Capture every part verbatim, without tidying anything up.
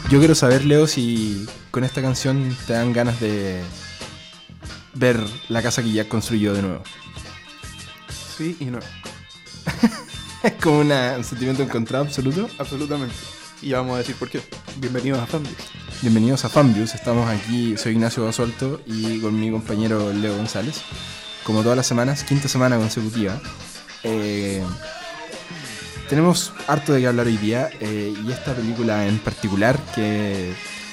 Yo quiero saber, Leo, si con esta canción te dan ganas de ver la casa que Jack construyó de nuevo. Sí y no. Es como una, un sentimiento encontrado absoluto. Absolutamente. Y ya vamos a decir por qué. Bienvenidos a Fanviews. Bienvenidos a Fanviews. Estamos aquí, soy Ignacio Basolto y con mi compañero Leo González. Como todas las semanas, quinta semana consecutiva. Eh, tenemos harto de qué hablar hoy día eh, y esta película en particular que...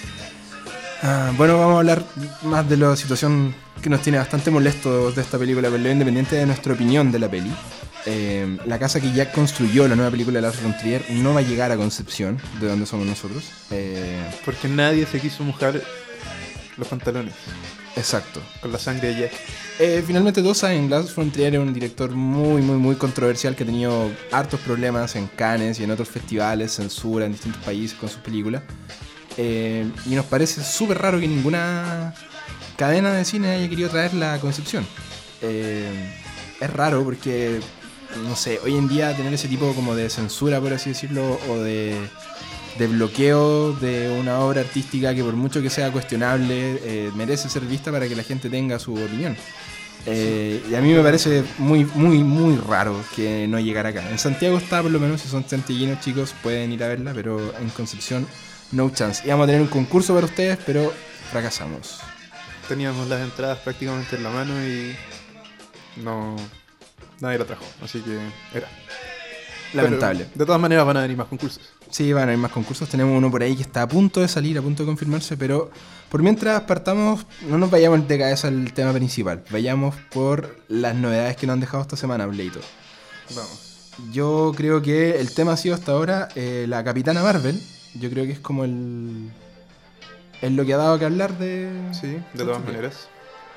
Ah, bueno, vamos a hablar más de la situación que nos tiene bastante molestos de esta película, pero independiente de nuestra opinión de la peli. Eh, la casa que Jack construyó, la nueva película de Lars von Trier, no va a llegar a Concepción, de donde somos nosotros. Eh, Porque nadie se quiso mojar los pantalones exacto. con la sangre de Jack. Eh, finalmente todos saben, Lars von Trier es un director muy, muy, muy controversial que ha tenido hartos problemas en Cannes y en otros festivales, censura en distintos países con sus películas. Eh, y nos parece súper raro que ninguna cadena de cine haya querido traerla a Concepción. Eh, es raro porque... no sé, hoy en día tener ese tipo como de censura, por así decirlo, o de, de bloqueo de una obra artística que por mucho que sea cuestionable, eh, merece ser vista para que la gente tenga su opinión. Eh, y a mí me parece muy, muy, muy raro que no llegara acá. En Santiago está, por lo menos, si son santiaguinos, chicos, pueden ir a verla, pero en Concepción, no chance. Íbamos a tener un concurso para ustedes, pero fracasamos. Teníamos las entradas prácticamente en la mano y no... nadie la trajo, así que era Lamentable. Pero, de todas maneras van a venir más concursos. Sí, van a haber más concursos. Tenemos uno por ahí que está a punto de salir, a punto de confirmarse, pero por mientras partamos, no nos vayamos de cabeza al tema principal. Vayamos por las novedades que nos han dejado esta semana, Bleito. Vamos. Yo creo que el tema ha sido hasta ahora eh, la Capitana Marvel. Yo creo que es como el... es lo que ha dado que hablar de... Sí, de todas maneras.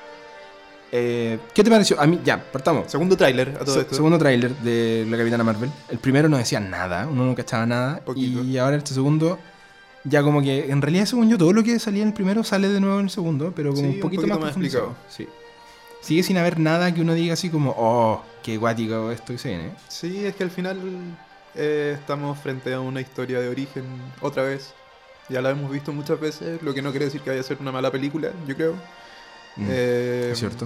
Eh, ¿Qué te pareció? A mí, ya, partamos. Segundo tráiler a todo Se- esto. Segundo tráiler de la Capitana Marvel. El primero no decía nada, uno no cachaba nada. Poquito. Y ahora este segundo, ya como que, en realidad según yo, todo lo que salía en el primero sale de nuevo en el segundo, pero como Sí, un poquito, un poquito más, más profundizado. Sí. Sigue sin haber nada que uno diga así como, oh, qué guático esto que se viene. Sí, es que al final eh, estamos frente a una historia de origen otra vez. Ya la hemos visto muchas veces, lo que no quiere decir que vaya a ser una mala película, yo creo. Mm, Eh, es cierto.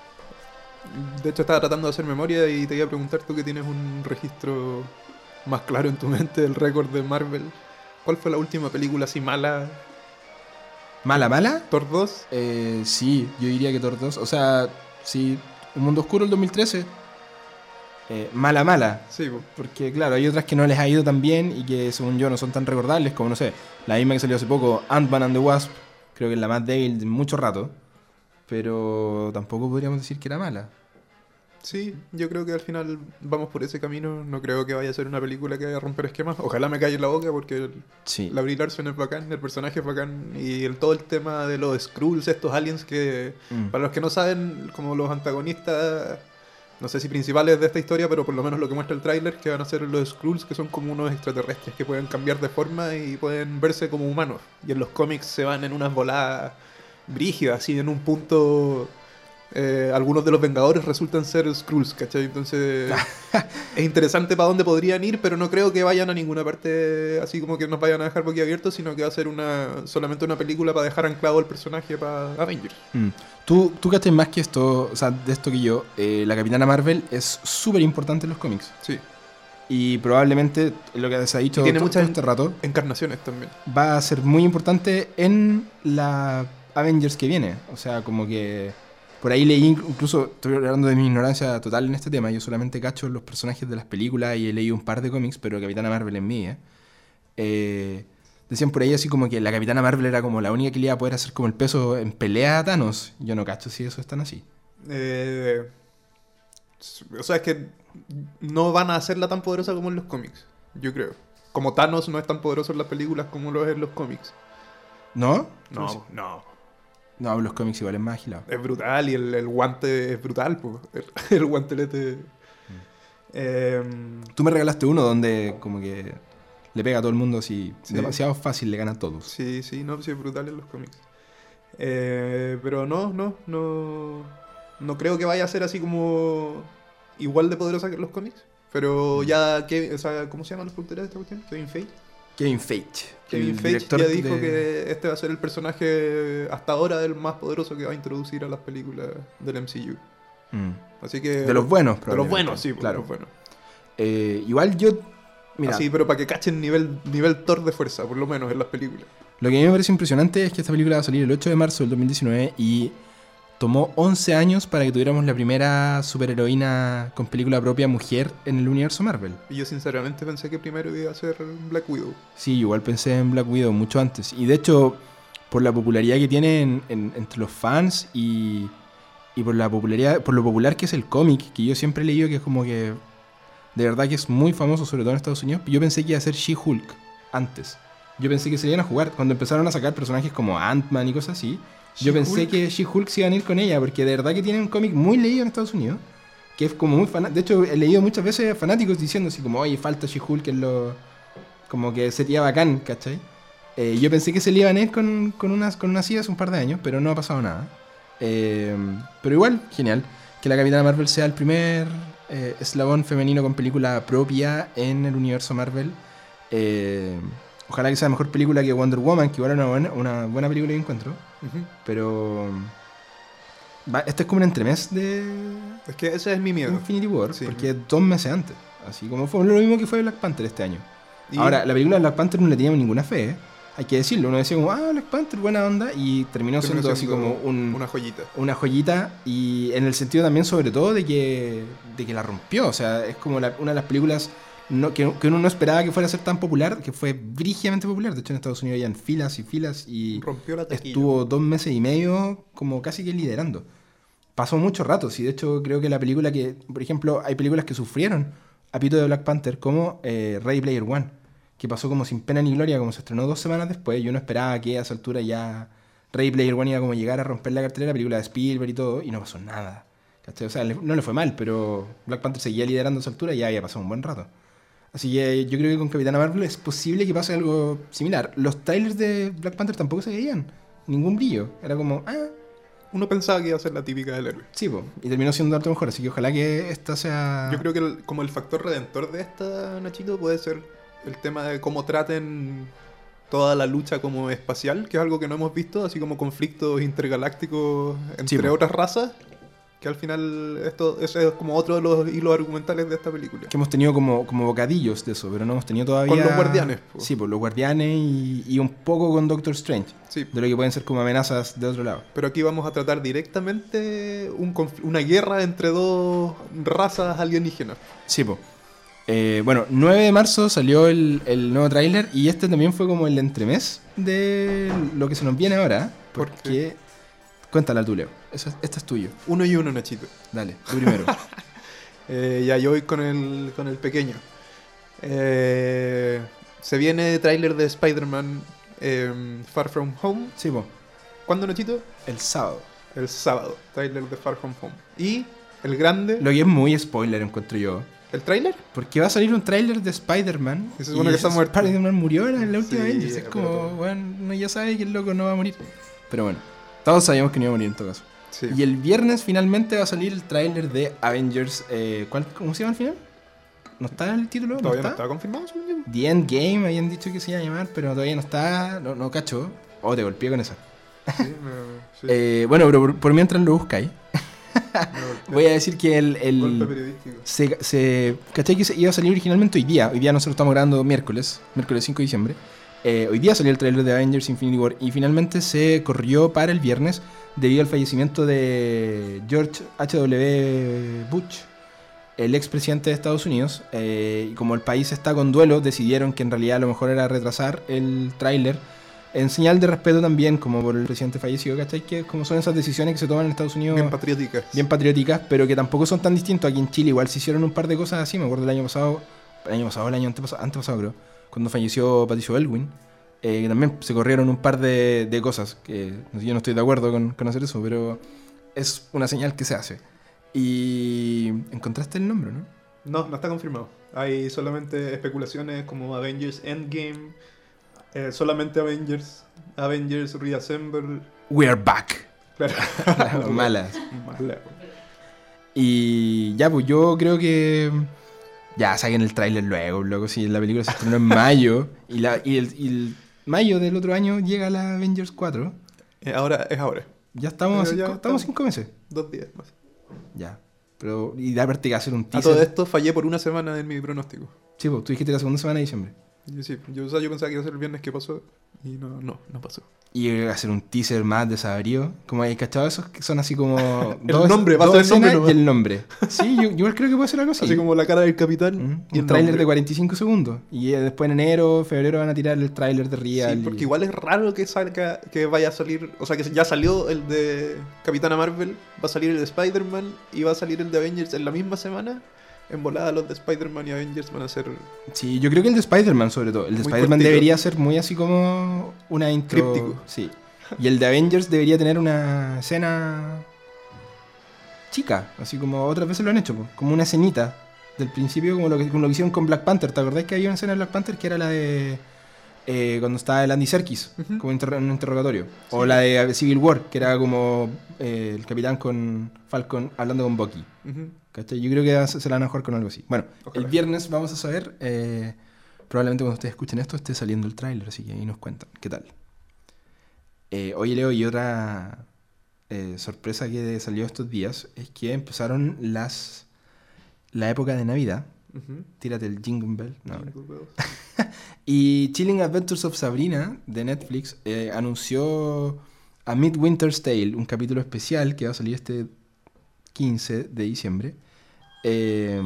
De hecho, estaba tratando de hacer memoria y te iba a preguntar, tú que tienes un registro más claro en tu mente del récord de Marvel. ¿Cuál fue la última película así mala? ¿Mala, mala? ¿Thor dos? Eh, sí, yo diría que Thor dos. O sea, sí, Un Mundo Oscuro el dos mil trece. Eh, mala, mala. Sí, po. Porque claro, hay otras que no les ha ido tan bien y que según yo no son tan recordables como, no sé, la misma que salió hace poco, Ant-Man and the Wasp, creo que es la más débil de mucho rato, pero tampoco podríamos decir que era mala. Sí, yo creo que al final vamos por ese camino. No creo que vaya a ser una película que vaya a romper esquemas. Ojalá me calle la boca porque el- Sí. la Brie Larson es bacán, el personaje es bacán. Y el, todo el tema de los Skrulls, estos aliens que, Mm. para los que no saben, como los antagonistas, no sé si principales de esta historia, pero por lo menos lo que muestra el tráiler, que van a ser los Skrulls, que son como unos extraterrestres que pueden cambiar de forma y pueden verse como humanos. Y en los cómics se van en unas voladas brígidas, así en un punto... eh, algunos de los Vengadores resultan ser Skrulls, ¿cachai? Entonces es interesante para dónde podrían ir, pero no creo que vayan a ninguna parte así como que nos vayan a dejar boquiabiertos, sino que va a ser una solamente una película para dejar anclado el personaje para Avengers. Mm. Tú, tú cachas más que esto, o sea, de esto que yo, eh, la Capitana Marvel es súper importante en los cómics. Sí. Y probablemente, lo que se ha dicho Y tiene todo, muchas todo este rato, encarnaciones también. va a ser muy importante en la Avengers que viene. O sea, como que por ahí leí, incluso estoy hablando de mi ignorancia total en este tema, yo solamente cacho los personajes de las películas y he leído un par de cómics, pero Capitana Marvel es mía. Eh, decían por ahí así como que la Capitana Marvel era como la única que le iba a poder hacer como el peso en pelea a Thanos. Yo no cacho si eso es tan así. Eh, o sea, es que no van a hacerla tan poderosa como en los cómics, yo creo. Como Thanos no es tan poderoso en las películas como lo es en los cómics. ¿No? No, no. No, los cómics igual es más agilado. Es brutal y el, el guante es brutal, po. El, el guantelete. Eh, Tú me regalaste uno donde como que le pega a todo el mundo así, Sí. demasiado fácil, le gana a todos. sí, sí, no, sí es brutal en los cómics. Eh, pero no, no, no. No creo que vaya a ser así como igual de poderosa que en los cómics. Pero ya, que, o sea, ¿cómo se llaman los productores de esta cuestión? Kevin Feige. Kevin Feige. Kevin el Feige director ya dijo de- que este va a ser el personaje hasta ahora el más poderoso que va a introducir a las películas del M C U. Mm. Así que De los buenos, de los probablemente. buenos, sí, claro. de los buenos. Eh, igual yo... Mira, Así, pero para que cachen nivel, nivel Thor de fuerza, por lo menos en las películas. lo que a mí me parece impresionante es que esta película va a salir el ocho de marzo del dos mil diecinueve y tomó once años para que tuviéramos la primera superheroína con película propia mujer en el universo Marvel. Y yo sinceramente pensé que primero iba a ser Black Widow. Sí, igual pensé en Black Widow mucho antes. Y de hecho, por la popularidad que tiene en- en- entre los fans y, y por la popularidad, por lo popular que es el cómic, que yo siempre he leído que es como que de verdad que es muy famoso, sobre todo en Estados Unidos, yo pensé que iba a ser She-Hulk antes. Yo pensé que se iban a jugar. Cuando empezaron a sacar personajes como Ant-Man y cosas así, yo pensé She-Hulk. que She-Hulk se iban a ir con ella, porque de verdad que tiene un cómic muy leído en Estados Unidos, que es como muy fanático. De hecho, he leído muchas veces fanáticos diciendo así como, oye, falta She-Hulk en lo... Como que sería bacán, ¿cachai? Eh, yo pensé que se le iban a ir con, con unas con unas ideas un par de años, pero no ha pasado nada. Eh, pero igual, genial. Que la Capitana Marvel sea el primer eh, eslabón femenino con película propia en el universo Marvel. Eh, ojalá que sea mejor película que Wonder Woman, que igual es una buena, una buena película que encuentro. Ujú. Pero... va- este es como un entremés de Es que ese es mi miedo. Infinity War, Sí. porque es dos meses antes. Así como fue lo mismo que fue Black Panther este año. Y- Ahora, la película de Black Panther no le teníamos ninguna fe, ¿eh? Hay que decirlo. Uno decía como, ah, Black Panther, buena onda. Y terminó, terminó siendo, así siendo como un, una joyita. una joyita. Y en el sentido también, sobre todo, de que, de que la rompió. O sea, es como la- una de las películas no, que, que uno no esperaba que fuera a ser tan popular, que fue brígidamente popular. De hecho, en Estados Unidos habían filas y filas. Y Rompió la taquilla. estuvo dos meses y medio como casi que liderando. Pasó mucho rato, sí. De hecho, creo que la película que... Por ejemplo, hay películas que sufrieron a pito de Black Panther, como eh, Ready Player One, que pasó como sin pena ni gloria, como se estrenó dos semanas después, y uno esperaba que a esa altura ya Ready Player One iba como a llegar a romper la cartelera, película de Spielberg y todo, y no pasó nada. ¿Cachai? O sea, le- no le fue mal, pero Black Panther seguía liderando a esa altura y ya había pasado un buen rato. Así que yo creo que con Capitana Marvel es posible que pase algo similar. Los trailers de Black Panther tampoco se veían, ningún brillo. Era como, ah, Uno pensaba que iba a ser la típica del héroe. sí, po, y terminó siendo harto mejor, así que ojalá que esta sea... Yo creo que el- como el factor redentor de esta, Nachito, puede ser el tema de cómo traten toda la lucha como espacial, que es algo que no hemos visto, así como conflictos intergalácticos entre Sí, po. otras razas, que al final esto ese es como otro de los hilos argumentales de esta película. Que hemos tenido como, como bocadillos de eso, pero no hemos tenido todavía... Con los guardianes, po. Sí, pues los guardianes y, y un poco con Doctor Strange, Sí, de lo que pueden ser como amenazas de otro lado. pero aquí vamos a tratar directamente un conf- una guerra entre dos razas alienígenas. Sí, pues. Eh, bueno, nueve de marzo salió el, el nuevo tráiler y este también fue como el entremés de lo que se nos viene ahora. ¿Por Porque... Cuéntala tú, Leo. Eso es- este es tuyo. Uno y uno, Nachito. Dale, tú primero. Eh, ya yo voy con el, con el pequeño. Eh, se viene tráiler de Spider-Man eh, Far From Home. Sí, pues. ¿Cuándo, Nachito? El sábado. El sábado. Tráiler de Far From Home. Y el grande... Lo que es muy spoiler, encuentro yo. ¿El tráiler? Porque va a salir un tráiler de Spider-Man. Y se supone que está ese muerto. Spider-Man murió en la última Sí, Avengers. Es pero- como, bueno, no, ya sabe que el loco no va a morir. Pero bueno, todos sabíamos que no iba a morir en todo caso. Sí. Y el viernes finalmente va a salir el tráiler de Avengers. Eh, ¿cuál, ¿Cómo se llama al final? ¿No está el título? Todavía no está? estaba confirmado, según yo. The Endgame habían dicho que se iba a llamar, pero todavía no está. No, no cacho. Oh, te golpeé con esa. Sí, me- sí, Eh, bueno, pero por, por mientras lo buscáis, me golpeó. voy a decir que el. el- Golpe periodístico. Se, se, ¿Cachai que se iba a salir originalmente hoy día? Hoy día nosotros estamos grabando miércoles, miércoles cinco de diciembre. Eh, hoy día salió el trailer de Avengers Infinity War y finalmente se corrió para el viernes debido al fallecimiento de George H W Bush, el expresidente de Estados Unidos. Eh, y como el país está con duelo, decidieron que en realidad lo mejor era retrasar el tráiler en señal de respeto también, como por el presidente fallecido, ¿cachai? Que como son esas decisiones que se toman en Estados Unidos Bien patrióticas. bien patrióticas, pero que tampoco son tan distintos. Aquí en Chile igual se hicieron un par de cosas así. Me acuerdo el año pasado, el año pasado, el año antepasado, antepasado creo, cuando falleció Patricio Elwin, eh, que también se corrieron un par de, de cosas, que yo no estoy de acuerdo con, con hacer eso, pero es una señal que se hace. Y encontraste el nombre, ¿no? No, no está confirmado. Hay solamente especulaciones como Avengers Endgame, eh, solamente Avengers, Avengers Reassemble. We are back. Claro. Las malas. Mala. Y ya, pues yo creo que Ya, saquen el tráiler luego, loco. Si la película se estrenó en mayo y, la, y, el, y el mayo del otro año llega la Avengers cuatro. Eh, ahora es ahora. Ya estamos, Pero a ya cinco, estamos cinco meses. Dos días más. Ya. Pero, y da aparte que hacer un A teaser. todo esto fallé por una semana en mi pronóstico. Sí, pues tú dijiste la segunda semana de diciembre. Yo, sí, yo, o sea, yo pensaba que iba a ser el viernes que pasó y no, no, no pasó. Y hacer un teaser más desabrido. Como hay cachado esos que son así como. El nombre, va a ser el nombre escenas nomás. y el nombre. Sí, yo, yo igual creo que puede ser algo así. Así como la cara del capitán Mm, y un el tráiler nombre. de cuarenta y cinco segundos. Y eh, después en enero, febrero van a tirar el tráiler de Real. Sí, porque igual es raro que salga, que vaya a salir, o sea, que ya salió el de Capitana Marvel, va a salir el de Spider-Man y va a salir el de Avengers en la misma semana. En volada los de Spider-Man y Avengers van a ser Sí, yo creo que el de Spider-Man sobre todo. El de Muy Spider-Man cortito. debería ser muy así como una intro. Críptico. Sí. Y el de Avengers debería tener una escena chica, así como otras veces lo han hecho, po, como una escenita del principio, como lo que, como lo que hicieron con Black Panther. ¿Te acordás que había una escena de Black Panther que era la de eh, cuando estaba el Andy Serkis, Ujú. como interro- en un interrogatorio? O Sí. la de Civil War, que era como eh, el capitán con Falcon hablando con Bucky. Ujú. ¿Cachai? Yo creo que se la van a jugar con algo así. Bueno, Ojalá. el viernes vamos a saber. eh, probablemente cuando ustedes escuchen esto esté saliendo el tráiler, así que ahí nos cuentan. ¿Qué tal? Eh, oye, Leo, y otra eh, sorpresa que salió estos días es que empezaron las la época de Navidad. Ujú. Tírate el Jingle Bell. No, hombre. Jingle bells. Y Chilling Adventures of Sabrina de Netflix eh, anunció A Midwinter's Tale, un capítulo especial que va a salir este quince de diciembre. Eh,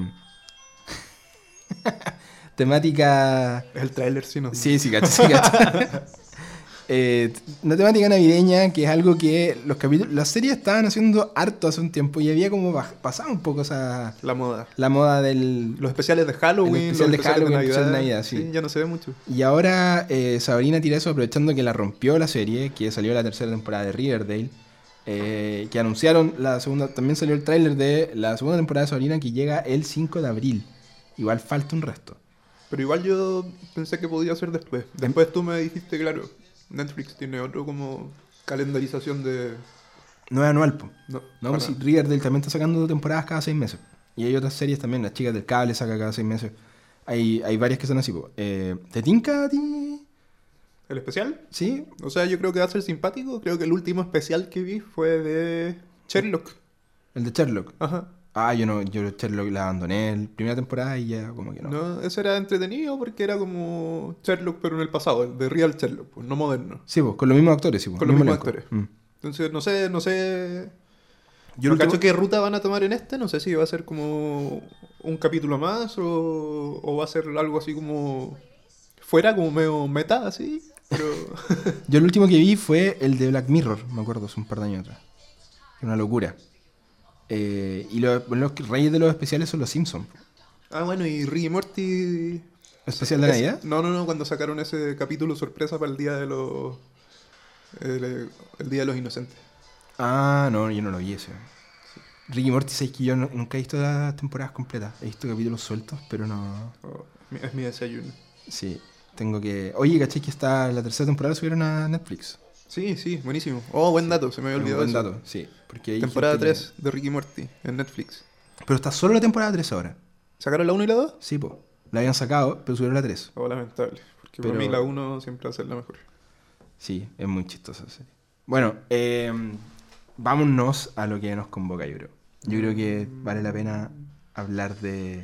temática. Es el tráiler, sí, no. Sí, sí, cacho, sí, cacho. Eh, una temática navideña que es algo que los capítulos, las series estaban haciendo harto hace un tiempo y había como baj- pasado un poco esa La moda. la moda del. Los especiales de Halloween, El especial los de especiales Halloween, el de especial Navidad. de Navidad, sí. Ya no se ve mucho. Y ahora eh, Sabrina tira eso aprovechando que la rompió la serie, que salió la tercera temporada de Riverdale, eh, que anunciaron la segunda, también salió el tráiler de la segunda temporada de Sabrina que llega el cinco de abril. Igual falta un resto. Pero igual yo pensé que podía ser después. Después tú me dijiste, claro, Netflix tiene otro como calendarización de... No es anual, po. No, No, para pues si nada. Riverdale también está sacando temporadas cada seis meses. Y hay otras series también, las chicas del cable saca cada seis meses. Hay, hay varias que son así, po. Eh, ¿Te tinca a ti? ¿El especial? ¿Sí? O sea, yo creo que va a ser simpático. Creo que el último especial que vi fue de Sherlock. El de Sherlock. Ajá. Ah, yo no, yo Sherlock la abandoné en la primera temporada y ya como que no. No, ese era entretenido porque era como Sherlock, pero en el pasado, el de Real Sherlock, pues, no moderno. Sí, pues, con los mismos actores, sí, pues, Con los mismo mismos elenco. actores. Mm. Entonces, no sé, no sé. Yo no el cacho último- qué ruta van a tomar en este. No sé si va a ser como un capítulo más o, o va a ser algo así como fuera, como medio meta, así. Pero Yo el último que vi fue el de Black Mirror, me acuerdo, hace un par de años atrás. Una locura. Eh, y lo- los reyes de los especiales son los Simpsons. ah, bueno, y Rick y Morty. ¿Especial de es- Navidad? No, no, no, cuando sacaron ese capítulo sorpresa para el día de los. El, el día de los inocentes. Ah, no, yo no lo vi ese. Ricky Morty, sabes que yo no- nunca he visto las temporadas completas. He visto capítulos sueltos, pero no. Oh, es mi- es mi desayuno. Sí, tengo que. Oye, ¿cachai que está la tercera temporada subieron a Netflix? Sí, sí, buenísimo. Oh, buen dato, se me había Un olvidado buen eso. dato, sí. Porque hay Temporada gente que- tres de Ricky Morty en Netflix. Pero está solo la temporada tres ahora. ¿Sacaron la uno y la dos? Sí, po. La habían sacado, pero subieron la tres. Oh, lamentable. Porque Pero- para mí la uno siempre va a ser la mejor. Sí, es muy chistosa esa serie. Bueno, eh, vámonos a lo que nos convoca, yo creo. Yo creo que vale la pena hablar de...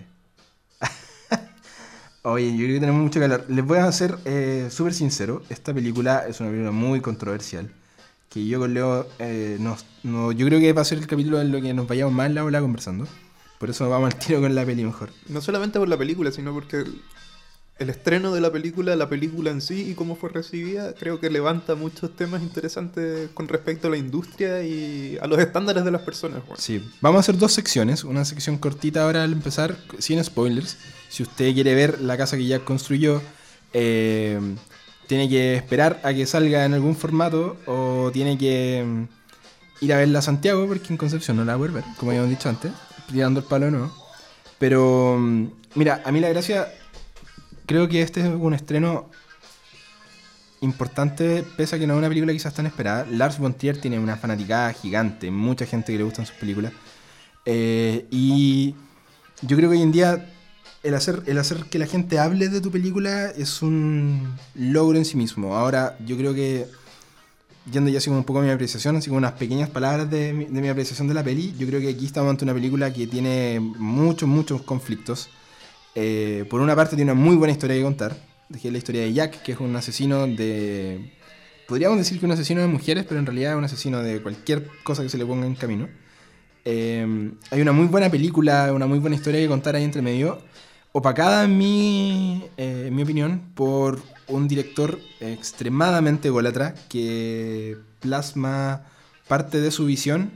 Oye, yo creo que tenemos mucho que hablar. Les voy a ser eh, súper sincero. Esta película es una película muy controversial. Que yo con Leo, eh, nos- no, yo creo que va a ser el capítulo en lo que nos vayamos más en la ola conversando. Por eso vamos al tiro con la peli mejor. No solamente por la película, sino porque el, el estreno de la película, la película en sí y cómo fue recibida, creo que levanta muchos temas interesantes con respecto a la industria y a los estándares de las personas. Bueno. Sí, vamos a hacer dos secciones. Una sección cortita ahora al empezar, sin spoilers. Si usted quiere ver la casa que ya construyó, eh, tiene que esperar a que salga en algún formato o tiene que mm, ir a verla a Santiago, porque en Concepción no la va a poder ver, como habíamos dicho antes, tirando el palo de nuevo. Pero, mm, mira, a mí la gracia, creo que este es un estreno importante, pese a que no es una película quizás tan esperada. Lars von Trier tiene una fanaticada gigante, mucha gente que le gustan sus películas. Eh, y yo creo que hoy en día el hacer, el hacer que la gente hable de tu película es un logro en sí mismo. Ahora, yo creo que, yendo ya así como un poco a mi apreciación, así como unas pequeñas palabras de mi, de mi apreciación de la peli, yo creo que aquí estamos ante una película que tiene muchos, muchos conflictos. Eh, por una parte tiene una muy buena historia que contar, que es la historia de Jack, que es un asesino de... Podríamos decir que un asesino de mujeres, pero en realidad es un asesino de cualquier cosa que se le ponga en camino. Eh, hay una muy buena película, una muy buena historia que contar ahí entre medio, opacada en mi, eh, en mi opinión por un director extremadamente ególatra que plasma parte de su visión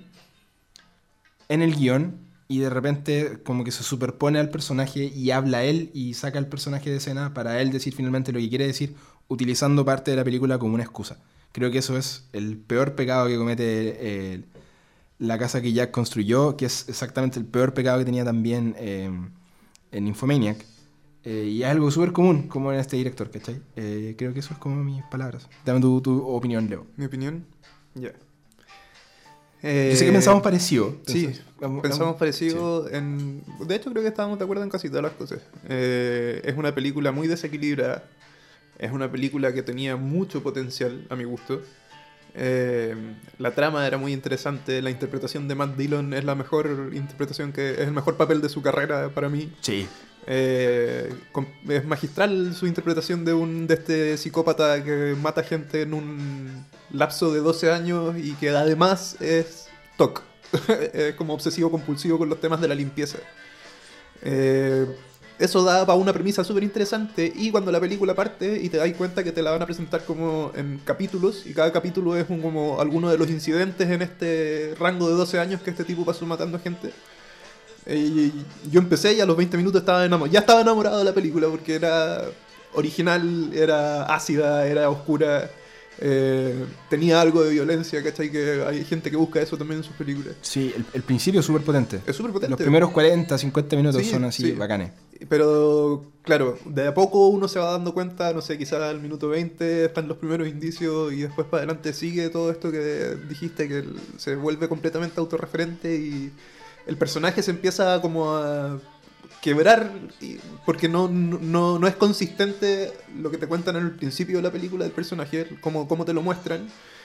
en el guión y de repente como que se superpone al personaje y habla él y saca al personaje de escena para él decir finalmente lo que quiere decir, utilizando parte de la película como una excusa. Creo que eso es el peor pecado que comete eh, la casa que Jack construyó, que es exactamente el peor pecado que tenía también eh, en Nymphomaniac. Eh, y es algo súper común, como en este director, ¿cachai? Eh, creo que eso es como mis palabras. Dame tu, tu opinión, Leo. ¿Mi opinión? Ya. Yeah. Eh, Yo sé que pensamos parecido. Entonces, sí, vamos, pensamos vamos, parecido sí. en... De hecho, creo que estábamos de acuerdo en casi todas las cosas. Eh, es una película muy desequilibrada. Es una película que tenía mucho potencial, a mi gusto. Eh, la trama era muy interesante. La interpretación de Matt Dillon es la mejor interpretación, que es el mejor papel de su carrera para mí. Sí. Eh, es magistral su interpretación de un de este psicópata que mata gente en un lapso de doce años y que además es T O C. Es como obsesivo compulsivo con los temas de la limpieza. Eh, eso da para una premisa súper interesante, y cuando la película parte y te das cuenta que te la van a presentar como en capítulos, y cada capítulo es un, como alguno de los incidentes en este rango de doce años que este tipo pasó matando gente. Y yo empecé y a los veinte minutos estaba enamorado. Ya estaba enamorado de la película porque era original, era ácida, era oscura, eh, tenía algo de violencia, ¿cachai? Que hay gente que busca eso también en sus películas. Sí, el, el principio es súper potente. Es súper potente. Los primeros cuarenta, cincuenta minutos sí, son así sí. bacanes. Pero, claro, de a poco uno se va dando cuenta, no sé, quizás al minuto veinte están los primeros indicios y después para adelante sigue todo esto que dijiste, que se vuelve completamente autorreferente y el personaje se empieza como a quebrar porque no, no, no es consistente lo que te cuentan en el principio de la película del personaje, como, como te lo muestran,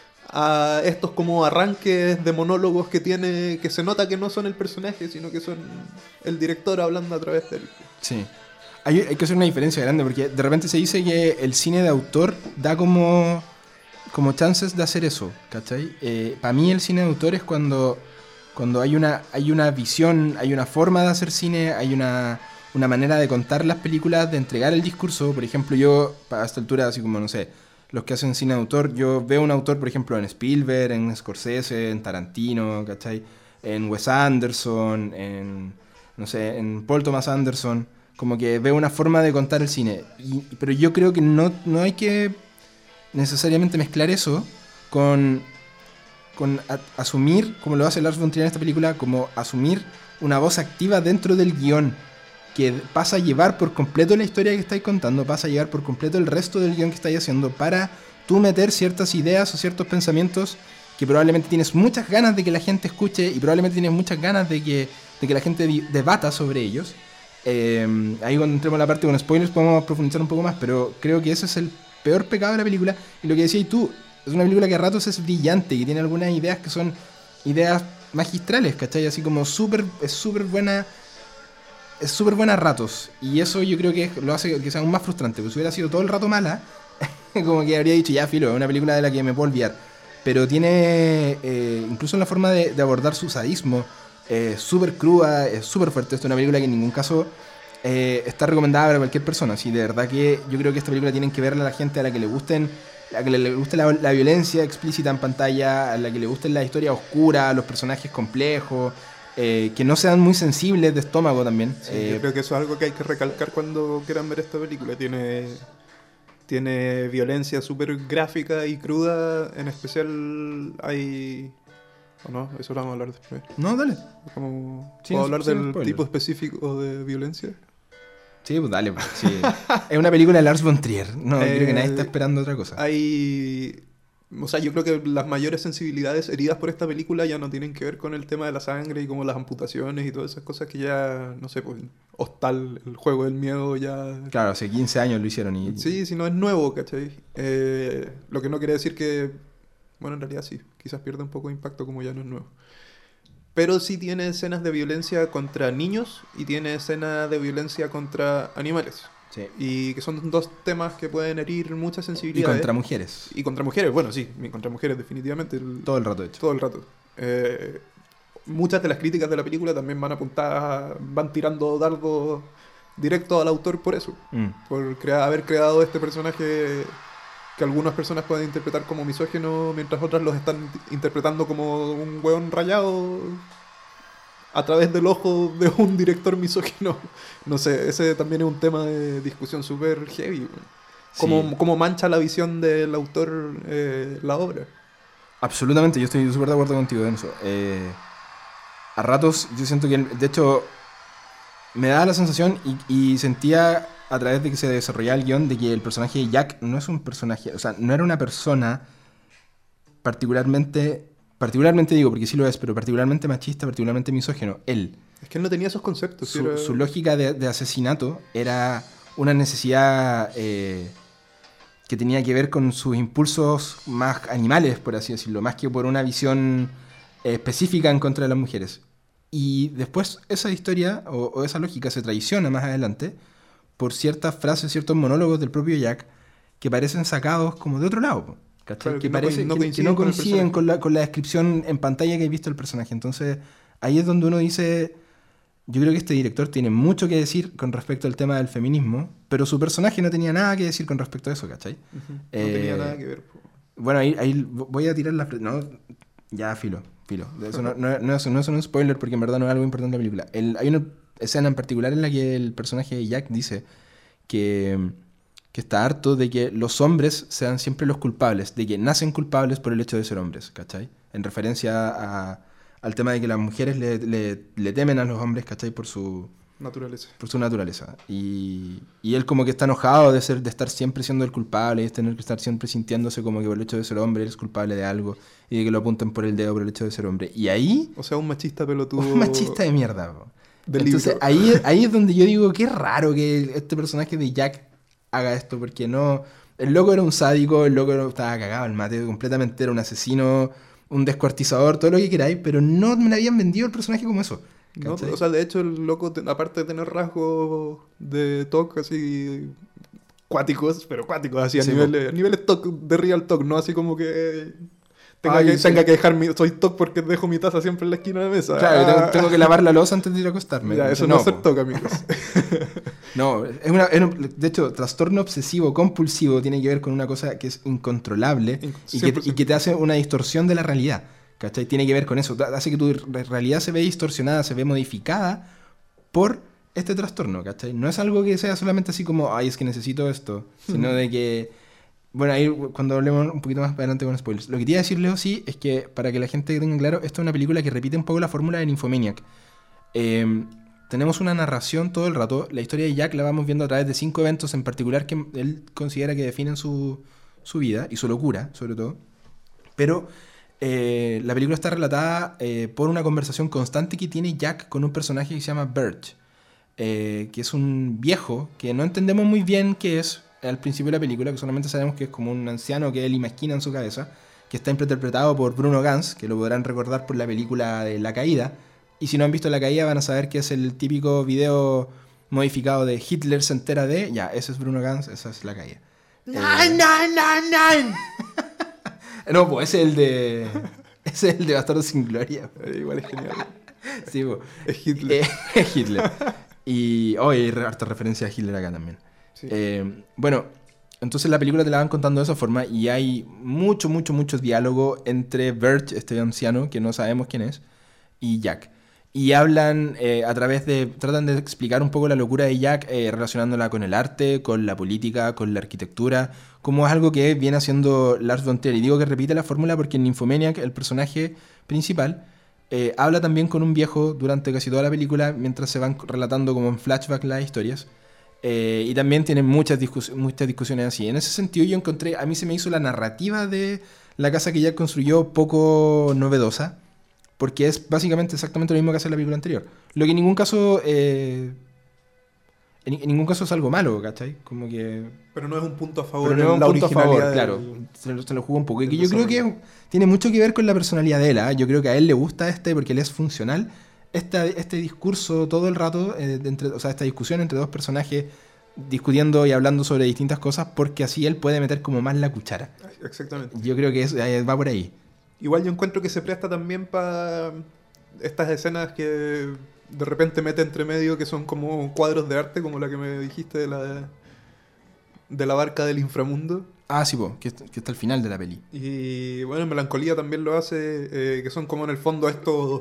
a estos como arranques de monólogos que tiene, que se nota que no son el personaje, sino que son el director hablando a través de él. Sí. Hay, hay que hacer una diferencia grande porque de repente se dice que el cine de autor da como, como chances de hacer eso, ¿cachai? Eh, para mí el cine de autor es cuando... Cuando hay una, hay una visión, hay una forma de hacer cine, hay una, una manera de contar las películas, de entregar el discurso. Por ejemplo, yo, a esta altura, así como, no sé, los que hacen cine de autor, yo veo un autor, por ejemplo, en Spielberg, en Scorsese, en Tarantino, ¿cachai? En Wes Anderson, en, no sé, en Paul Thomas Anderson. Como que veo una forma de contar el cine. Y, pero yo creo que no, no hay que necesariamente mezclar eso con... con a, asumir, como lo hace Lars von Trier en esta película, como asumir una voz activa dentro del guión, que pasa a llevar por completo la historia que estáis contando, pasa a llevar por completo el resto del guión que estáis haciendo, para tú meter ciertas ideas o ciertos pensamientos que probablemente tienes muchas ganas de que la gente escuche y probablemente tienes muchas ganas de que, de que la gente debata sobre ellos. Eh, ahí cuando entremos en la parte con spoilers podemos profundizar un poco más, pero creo que ese es el peor pecado de la película. Y lo que decías tú, es una película que a ratos es brillante, que tiene algunas ideas que son ideas magistrales, ¿cachai? Así como súper, es súper buena, es súper buena a ratos. Y eso yo creo que lo hace que sea aún más frustrante, porque si hubiera sido todo el rato mala, como que habría dicho, ya, filo, es una película de la que me puedo olvidar. Pero tiene, eh, incluso en la forma de, de abordar su sadismo, eh, súper cruda, es súper fuerte. Esto es una película que en ningún caso eh, está recomendada para cualquier persona. Así, de verdad que yo creo que esta película tienen que verla a la gente a la que le gusten, a que le guste la, la violencia explícita en pantalla, a la que le gusten la historia oscura, los personajes complejos, eh, que no sean muy sensibles de estómago también. Sí, eh, yo creo que eso es algo que hay que recalcar cuando quieran ver esta película. Tiene, tiene violencia súper gráfica y cruda, en especial hay... ¿O no? Eso lo vamos a hablar después. No, dale. Como, sí, ¿puedo hablar del spoiler. tipo específico de violencia? Sí, pues dale, pues, sí. Es una película de Lars von Trier. No, eh, creo que nadie está esperando otra cosa. Hay O sea, yo creo que las mayores sensibilidades heridas por esta película ya no tienen que ver con el tema de la sangre y como las amputaciones y todas esas cosas que ya, no sé, pues Hostal, el juego del miedo ya... Claro, hace quince años lo hicieron y... Sí, si no es nuevo, ¿cachai? Eh, lo que no quiere decir que... Bueno, en realidad sí, quizás pierde un poco de impacto como ya no es nuevo. Pero sí tiene escenas de violencia contra niños y tiene escenas de violencia contra animales. Sí. Y que son dos temas que pueden herir muchas Y sensibilidades. contra mujeres. Y contra mujeres, bueno, sí, y contra mujeres definitivamente. El- Todo el rato, de hecho. todo el rato. Eh, muchas de las críticas de la película también van apuntadas, van tirando dardos directo al autor por eso. Mm. Por crea- haber creado este personaje que algunas personas pueden interpretar como misógino, mientras otras los están interpretando como un hueón rayado a través del ojo de un director misógino. No sé, ese también es un tema de discusión súper heavy. weón. Cómo, Sí. cómo mancha la visión del autor eh, la obra. Absolutamente, yo estoy súper de acuerdo contigo en eso. Eh, a ratos yo siento que, de hecho, me daba la sensación y, y sentía a través de que se desarrollaba el guión de que el personaje de Jack no es un personaje, o sea, no era una persona particularmente, particularmente digo porque sí lo es, pero particularmente machista, particularmente misógino. Él, Es que él no tenía esos conceptos. su, era- su lógica de, de asesinato era una necesidad eh, que tenía que ver con sus impulsos más animales, por así decirlo, más que por una visión eh, específica en contra de las mujeres. Y después esa historia o, o esa lógica se traiciona más adelante por ciertas frases, ciertos monólogos del propio Jack que parecen sacados como de otro lado, po, ¿cachai? Claro, que, que no parece, coin- no que- que coinciden no con el coinciden personaje. con la, con la descripción en pantalla que he visto del personaje. Entonces ahí es donde uno dice, yo creo que este director tiene mucho que decir con respecto al tema del feminismo, pero su personaje no tenía nada que decir con respecto a eso, ¿cachai? Ujú, no Eh, tenía nada que ver. po. Bueno, ahí, ahí voy a tirar la... fre- No, ya, filo, filo. Eso no, no, no es, no es un spoiler porque en verdad no es algo importante en la película. El- hay una escena en particular en la que el personaje de Jack dice que, que está harto de que los hombres sean siempre los culpables, de que nacen culpables por el hecho de ser hombres, ¿cachai? En referencia a- al tema de que las mujeres le, le- le temen a los hombres, ¿cachai? Por su, Naturaleza. por su naturaleza. Y, y él como que está enojado de ser de estar siempre siendo el culpable, y de tener que estar siempre sintiéndose como que por el hecho de ser hombre él es culpable de algo, y de que lo apunten por el dedo por el hecho de ser hombre. Y ahí, O sea, un machista pelotudo. un machista de mierda. po. del Entonces libro. ahí, ahí es donde yo digo, qué raro que este personaje de Jack haga esto, porque no... El loco era un sádico, el loco era- estaba cagado, el Mateo completamente era un asesino, un descuartizador, todo lo que queráis, pero no me habían vendido el personaje como eso. No, ¿cachai? o sea, de hecho, el loco, te- aparte de tener rasgos de T O C así cuáticos, pero cuáticos, así a Sí, niveles, a niveles T O C de real T O C, no así como que tenga, Ay, que, sí. tenga que dejar mi. Soy T O C porque dejo mi taza siempre en la esquina de la mesa. Claro, Ah, tengo, tengo que lavar la loza antes de ir a acostarme. Ya, eso no, no es ser po. T O C, amigos. No, es una, es un- de hecho, trastorno obsesivo compulsivo tiene que ver con una cosa que es incontrolable In- y que, cien por ciento. y que te hace una distorsión de la realidad. ¿Cachai? Tiene que ver con eso. Hace que tu re- realidad se ve distorsionada, se ve modificada por este trastorno, ¿cachai? No es algo que sea solamente así como, ay, es que necesito esto, sino de que... Bueno, ahí cuando hablemos un poquito más adelante con spoilers. Lo que te iba a decir, Leo, sí, es que para que la gente tenga claro, esto es una película que repite un poco la fórmula de Nymphomaniac. Eh, tenemos una narración todo el rato. La historia de Jack la vamos viendo a través de cinco eventos en particular que él considera que definen su, su vida y su locura, sobre todo. Pero eh, la película está relatada eh, por una conversación constante que tiene Jack con un personaje que se llama Birch, eh, que es un viejo que no entendemos muy bien qué es al principio de la película, que solamente sabemos que es como un anciano que él imagina en su cabeza, que está interpretado por Bruno Ganz, que lo podrán recordar por la película de La Caída. Y si no han visto La Caída van a saber que es el típico video modificado de Hitler se entera de... Ya, ese es Bruno Ganz, esa es La Caída. ¡Nine, nine, nine, nine! No, pues ese es el de... Ese es el de Bastardo sin Gloria. Eh, igual es genial. Sí, pues. Es Hitler. Eh, Hitler. Y hoy hay re- harta referencia a Hitler acá también. Sí. Eh, bueno, entonces la película te la van contando de esa forma y hay mucho, mucho, mucho diálogo entre Birch, este anciano, que no sabemos quién es, y Jack. Y hablan eh, a través de... Tratan de explicar un poco la locura de Jack eh, relacionándola con el arte, con la política, con la arquitectura, como es algo que viene haciendo Lars von Trier. Y digo que repite la fórmula porque en Nymphomaniac el personaje principal eh, habla también con un viejo durante casi toda la película mientras se van relatando como en flashback las historias. Eh, y también tienen muchas, discus muchas discusiones así. En ese sentido yo encontré, a mí se me hizo la narrativa de la casa que Jack construyó poco novedosa, porque es básicamente exactamente lo mismo que hace la película anterior. Lo que en ningún caso... Eh, en, en ningún caso es algo malo, ¿cachai? Como que... Pero no es un punto a favor. Pero no es un la punto a favor, originalidad claro. del- Se lo, se lo jugó un poco. Y que del yo creo que desarrollo. tiene mucho que ver con la personalidad de él. ¿ah? Yo creo que a él le gusta este porque él es funcional. Esta, este discurso todo el rato, eh, de entre, o sea, esta discusión entre dos personajes discutiendo y hablando sobre distintas cosas, porque así él puede meter como más la cuchara. Exactamente. Yo creo que es, eh, va por ahí. Igual yo encuentro que se presta también para estas escenas que de repente mete entre medio que son como cuadros de arte, como la que me dijiste de la, de la barca del inframundo. Ah, sí, po, que, que está al final de la peli. Y bueno, Melancolía también lo hace, eh, que son como en el fondo estos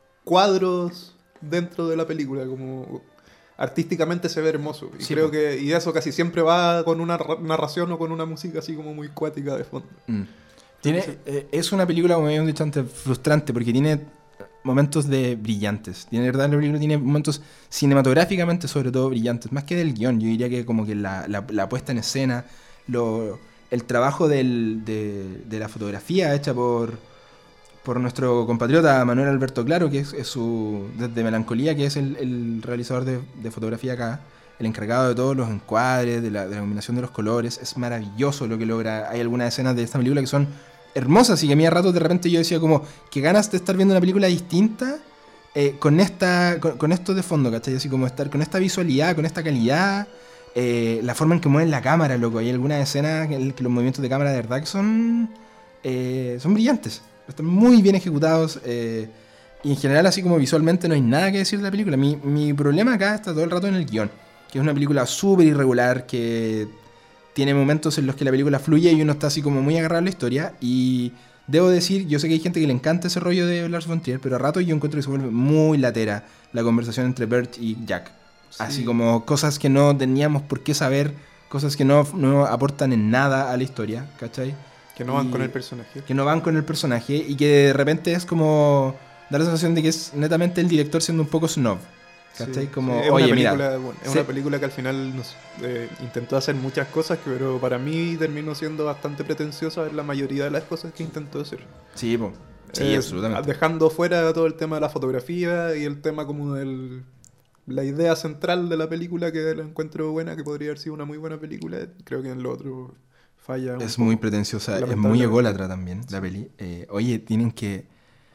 cuadros dentro de la película, como artísticamente se ve hermoso. Y Sí, creo po. que y eso casi siempre va con una ra- narración o con una música así como muy cuática de fondo. Mm. Tiene, eh, es una película, como habíamos dicho antes, frustrante porque tiene momentos de brillantes. Tiene verdad, la película tiene momentos cinematográficamente, sobre todo, brillantes. Más que del guión, yo diría que como que la, la, la puesta en escena, lo, el trabajo del, de, de la fotografía hecha por, por nuestro compatriota Manuel Alberto Claro, que es, es su desde Melancolía, que es el, el realizador de, de fotografía acá, el encargado de todos los encuadres, de la, de la combinación de los colores. Es maravilloso lo que logra. Hay algunas escenas de esta película que son hermosas y que a mí a ratos de repente yo decía como que ganas de estar viendo una película distinta eh, con esta con, con esto de fondo, ¿cachai? Así como estar con esta visualidad, con esta calidad, eh, la forma en que mueven la cámara, loco. Hay algunas escenas que, el- que los movimientos de cámara de verdad que son eh, son brillantes, están muy bien ejecutados, eh, y en general así como visualmente no hay nada que decir de la película. Mi, mi problema acá está todo el rato en el guión, que es una película súper irregular, que tiene momentos en los que la película fluye y uno está así como muy agarrado a la historia. Y debo decir, yo sé que hay gente que le encanta ese rollo de Lars von Trier, pero a rato yo encuentro que se vuelve muy latera la conversación entre Bert y Jack. Sí. Así como cosas que no teníamos por qué saber, cosas que no, no aportan en nada a la historia, ¿cachai? Que no van Y- con el personaje. Que no van con el personaje y que de repente es como da la sensación de que es netamente el director siendo un poco snob, ¿cachai? Sí, como, sí, es oye, una mira, película, bueno, es se- una película que al final nos, eh, intentó hacer muchas cosas, que- pero para mí terminó siendo bastante pretenciosa en la mayoría de las cosas que intentó hacer. sí, po. sí, Eh, absolutamente. Dejando fuera todo el tema de la fotografía y el tema como del... La idea central de la película, que la encuentro buena, que podría haber sido una muy buena película, creo que en lo otro falla. un Es poco. muy pretenciosa, es muy Lamentablemente. ególatra también la peli. Eh, oye, tienen que...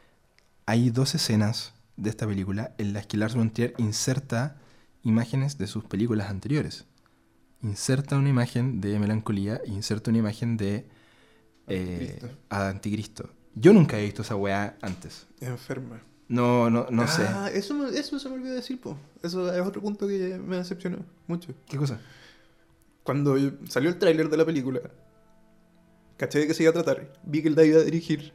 Hay dos escenas de esta película en las que Lars von Trier inserta imágenes de sus películas anteriores. Inserta una imagen de Melancolía e inserta una imagen de eh, Anticristo. Anticristo. Yo nunca he visto esa weá antes. Enferma. No, no, no sé. Ah, eso, me- eso se me olvidó decir, po. Eso es otro punto que me decepcionó mucho. ¿Qué cosa? Cuando yo- salió el tráiler de la película, caché de qué se iba a tratar, vi que él la iba a dirigir.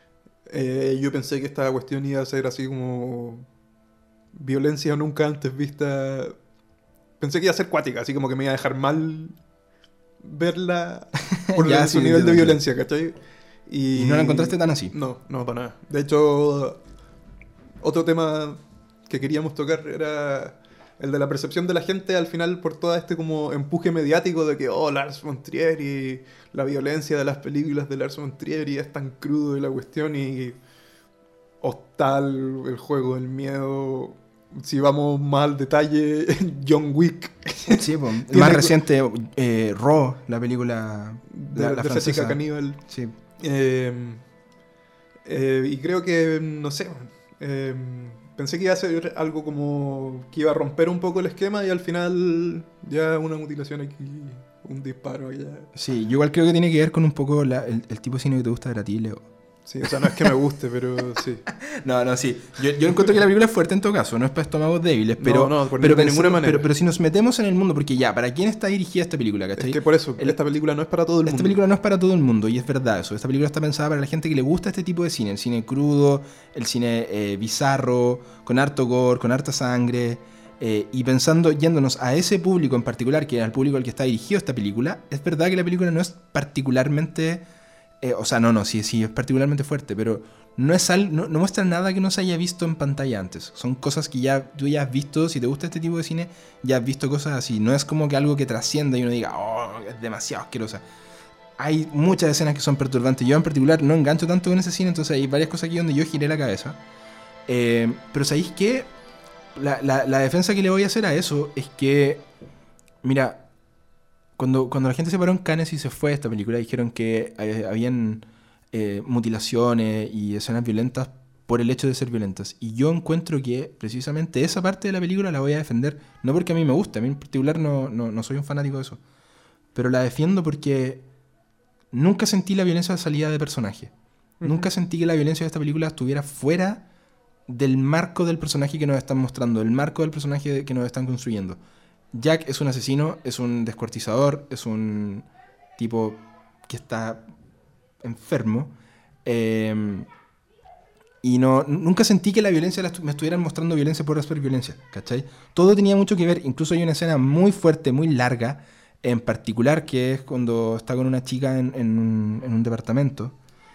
Eh, yo pensé que esta cuestión iba a ser así como violencia nunca antes vista. Pensé que iba a ser cuática, así como que me iba a dejar mal verla por Ya, el- sí, su nivel de entiendo, violencia, ¿cachai? Y, ¿Y no la encontraste tan así? No, no, para nada. De hecho, otro tema que queríamos tocar era el de la percepción de la gente al final por todo este como empuje mediático de que, oh, Lars von Trier y la violencia de las películas de Lars von Trier y es tan crudo y la cuestión y Hostal, el juego del miedo. Si vamos más al detalle, John Wick Sí, po. Tiene Más co- reciente, eh, Raw, la película de, la, la de Jessica francesa. Caníbal. Sí. Eh, eh, y creo que, no sé, eh, pensé que iba a ser algo como que iba a romper un poco el esquema y al final ya una mutilación aquí, un disparo ya. Sí, yo igual creo que tiene que ver con un poco la- el, el tipo de cine que te gusta ver a ti, Leo. Sí, o sea, no es que me guste, pero sí. No, no, sí. Yo, yo encuentro que la película es fuerte en todo caso, no es para estómagos débiles, pero, No, no, por pero, ni- de pensemos- ninguna manera. pero, pero si nos metemos en el mundo, porque ya, ¿para quién está dirigida esta película? ¿Cachai? Es que por eso, El- esta película no es para todo el Esta mundo. película no es para todo el mundo, y es verdad eso. Esta película está pensada para la gente que le gusta este tipo de cine. El cine crudo, el cine eh, bizarro, con harto gore, con harta sangre. eh, y pensando, yéndonos a ese público en particular, que es el público al que está dirigido esta película, es verdad que la película no es particularmente... eh, o sea, no, no, sí, sí, es particularmente fuerte, pero no, es al- no, no muestra nada que no se haya visto en pantalla antes. Son cosas que ya tú ya has visto, si te gusta este tipo de cine, ya has visto cosas así. No es como que algo que trascienda y uno diga, oh, es demasiado asquerosa. hay muchas escenas que son perturbantes. Yo en particular no engancho tanto con ese cine, entonces hay varias cosas aquí donde yo giré la cabeza. Eh, pero ¿sabéis qué? La, la, la defensa que le voy a hacer a eso es que, mira, cuando, cuando la gente se paró en Cannes y se fue de esta película, dijeron que eh, habían eh, mutilaciones y escenas violentas por el hecho de ser violentas. Y yo encuentro que precisamente esa parte de la película la voy a defender, no porque a mí me guste, a mí en particular no, no, no soy un fanático de eso, pero la defiendo porque nunca sentí la violencia de salida de personaje. Uh-huh. Nunca sentí que la violencia de esta película estuviera fuera del marco del personaje que nos están mostrando, el marco del personaje que nos están construyendo. Jack es un asesino, es un descuartizador, es un tipo que está enfermo. Eh, y no, nunca sentí que la violencia la estu- me estuvieran mostrando violencia por hacer violencia, ¿cachai? Todo tenía mucho que ver, incluso hay una escena muy fuerte, muy larga, en particular, que es cuando está con una chica en, en, un, en un departamento.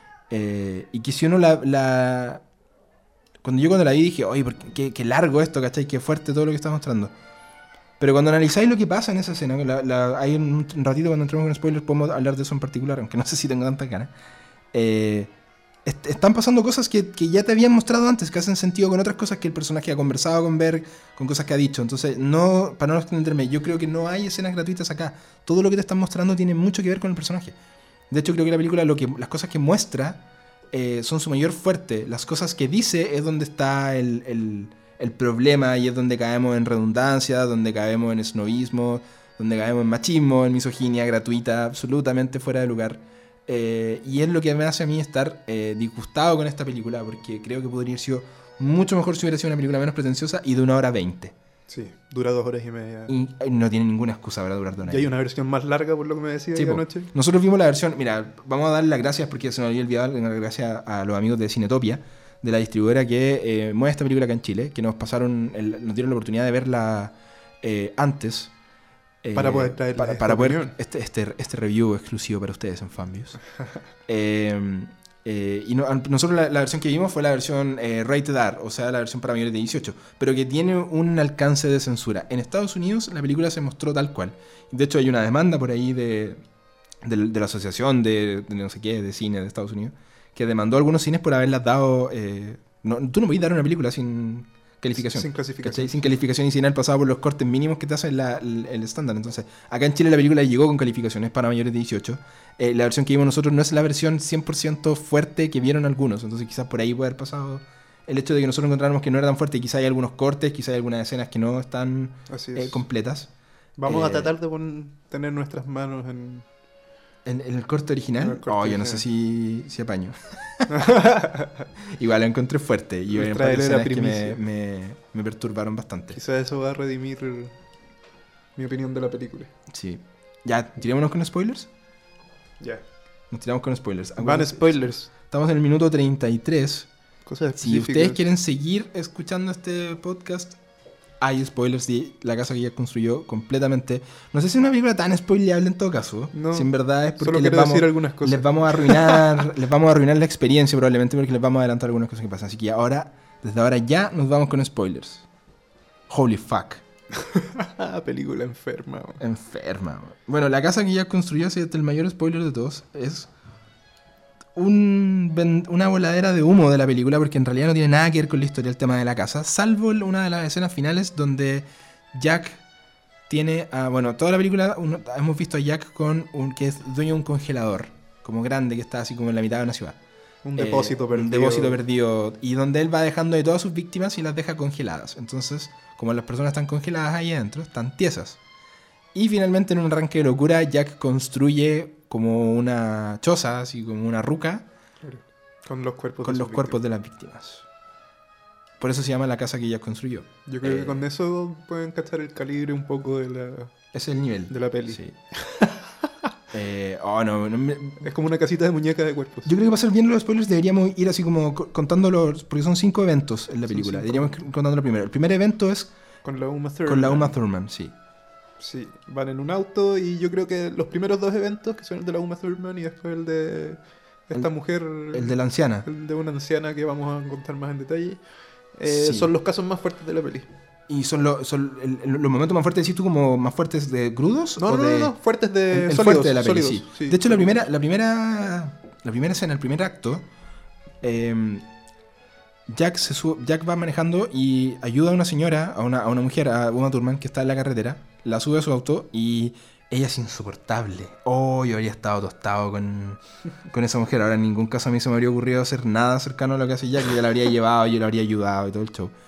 Eh, y que si uno la... la Cuando yo cuando la vi dije, oye, qué, qué largo esto, ¿cachai? Qué fuerte todo lo que está mostrando. Pero cuando analizáis lo que pasa en esa escena, la, la, hay un, un ratito cuando entremos con spoilers podemos hablar de eso en particular, aunque no sé si tengo tantas ganas. Eh, est están pasando cosas que, que ya te habían mostrado antes, que hacen sentido con otras cosas que el personaje ha conversado con Berg, con cosas que ha dicho. Entonces, no, para no extenderme, yo creo que no hay escenas gratuitas acá. Todo lo que te están mostrando tiene mucho que ver con el personaje. De hecho, creo que la película, lo que, las cosas que muestra... Eh, son su mayor fuerte. Las cosas que dice es donde está el, el, el problema y es donde caemos en redundancia, donde caemos en snobismo, donde caemos en machismo, en misoginia gratuita, absolutamente fuera de lugar. Eh, y es lo que me hace a mí estar eh, disgustado con esta película, porque creo que podría haber sido mucho mejor si hubiera sido una película menos pretenciosa y de una hora veinte. Sí, dura dos horas y media. Y no tiene ninguna excusa para durar dos horas. Y hay una versión más larga, por lo que me decía sí, anoche. Nosotros vimos la versión, mira, vamos a dar las gracias porque se nos había olvidado dar las gracias a los amigos de Cinetopia, de la distribuidora que eh, mueve esta película acá en Chile, que nos pasaron, el, nos dieron la oportunidad de verla eh, antes. Eh, para poder traer para, para poder este, este, este review exclusivo para ustedes en Fanviews. eh, Eh, y no, nosotros la, la versión que vimos fue la versión eh, Rated R, o sea, la versión para mayores de dieciocho, pero que tiene un alcance de censura. En Estados Unidos la película se mostró tal cual. De hecho hay una demanda por ahí de, de, de la asociación de, de no sé qué, de cine de Estados Unidos, que demandó a algunos cines por haberlas dado... Eh, no, tú no podías dar una película sin calificación. Sin clasificación. ¿Cachai? Sin calificación y sin haber pasado por los cortes mínimos que te hacen la, el, el estándar. Entonces, acá en Chile la película llegó con calificaciones para mayores de dieciocho. Eh, la versión que vimos nosotros no es la versión cien por ciento fuerte que vieron algunos. Entonces, quizás por ahí puede haber pasado el hecho de que nosotros encontráramos que no era tan fuerte. Quizás hay algunos cortes, quizás hay algunas escenas que no están eh, completas. Vamos eh, a tratar de pon- tener nuestras manos en... ¿En, en el corte original? En el corte oh, original. Yo no sé si, si apaño. Igual lo encontré fuerte. Y hay un par de escenas que me, me, me perturbaron bastante. Quizás eso va a redimir mi opinión de la película. Sí. Ya, tirémonos con spoilers. Ya. Nos tiramos con spoilers. Van spoilers. Estamos en el minuto treinta y tres. Cosas si ustedes quieren seguir escuchando este podcast, hay spoilers de La casa que ella construyó completamente. No sé si es una película tan spoileable en todo caso. No, si en verdad es porque solo les quiero vamos, decir algunas cosas. les vamos a arruinar les vamos a arruinar la experiencia probablemente porque les vamos a adelantar algunas cosas que pasan. Así que ahora, desde ahora ya nos vamos con spoilers. Holy fuck. Película enferma. Man. Enferma. Man. Bueno, La casa que ella construyó, así es el mayor spoiler de todos, es un, una voladera de humo de la película, porque en realidad no tiene nada que ver con la historia el tema de la casa, salvo una de las escenas finales donde Jack tiene a, bueno, toda la película uno, hemos visto a Jack con un que es dueño de un congelador como grande que está así como en la mitad de una ciudad. Un depósito eh, perdido. Un depósito perdido. Y donde él va dejando de todas sus víctimas y las deja congeladas. Entonces, como las personas están congeladas ahí adentro, están tiesas. Y finalmente, en un arranque de locura, Jack construye como una choza, así como una ruca. Con los cuerpos, con de, los cuerpos de las víctimas. Por eso se llama La casa que Jack construyó. Yo creo eh, que con eso pueden cachar el calibre un poco de la... Ese es el nivel. De la peli. Sí. Eh, oh, no, no me... Es como una casita de muñecas de cuerpos. Yo creo que para ser bien los spoilers deberíamos ir así como contando los... Porque son cinco eventos en la película. Deberíamos ir contando lo primero. El primer evento es... Con la Uma Thurman. Con la Uma Thurman, sí. Sí, van en un auto y yo creo que los primeros dos eventos, que son el de la Uma Thurman y después el de esta el, mujer... El de la anciana. El de una anciana que vamos a contar más en detalle. Eh, sí. Son los casos más fuertes de la peli. Y son, lo, son el, el, los momentos más fuertes, decís tú, como más fuertes de crudos. No, o no, de, no, no, fuertes de el, el sólidos. fuerte de la peli, sólidos, sí. sí. De hecho, la primera, la primera, la primera escena, el primer acto, eh, Jack, se sube, Jack va manejando y ayuda a una señora, a una, a una mujer, a Uma Thurman, que está en la carretera, la sube a su auto y ella es insoportable. Oh, yo habría estado tostado con, con esa mujer. Ahora en ningún caso a mí se me habría ocurrido hacer nada cercano a lo que hace Jack. Yo la habría llevado, yo la habría ayudado y todo el show.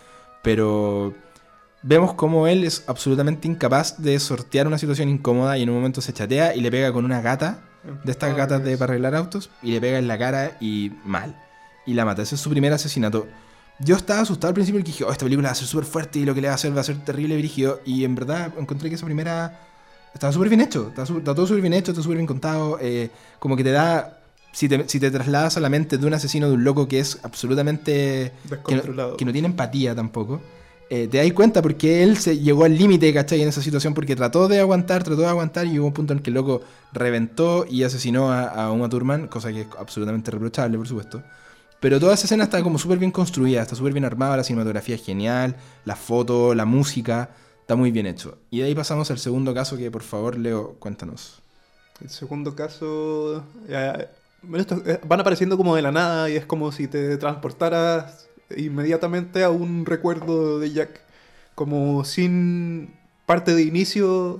Pero vemos cómo él es absolutamente incapaz de sortear una situación incómoda y en un momento se chatea y le pega con una gata, de estas gatas de, para arreglar autos, y le pega en la cara y mal. Y la mata. Ese es su primer asesinato. Yo estaba asustado al principio porque dije, oh, esta película va a ser súper fuerte y lo que le va a hacer va a ser terrible y brígido. Y en verdad encontré que esa primera estaba súper bien hecho. Está, está todo súper bien hecho, está súper bien contado. Eh, como que te da... Si te, si te trasladas a la mente de un asesino, de un loco que es absolutamente... descontrolado. Que no, que no tiene empatía tampoco. Eh, te das cuenta porque él se llegó al límite, ¿cachai? En esa situación porque trató de aguantar, trató de aguantar y hubo un punto en que el loco reventó y asesinó a, a Uma Thurman, cosa que es absolutamente reprochable, por supuesto. Pero toda esa escena está como súper bien construida, está súper bien armada, la cinematografía es genial, la foto, la música, está muy bien hecho. Y de ahí pasamos al segundo caso que, por favor, Leo, cuéntanos. El segundo caso... Eh, bueno, estos, eh, van apareciendo como de la nada y es como si te transportaras inmediatamente a un recuerdo de Jack, como sin parte de inicio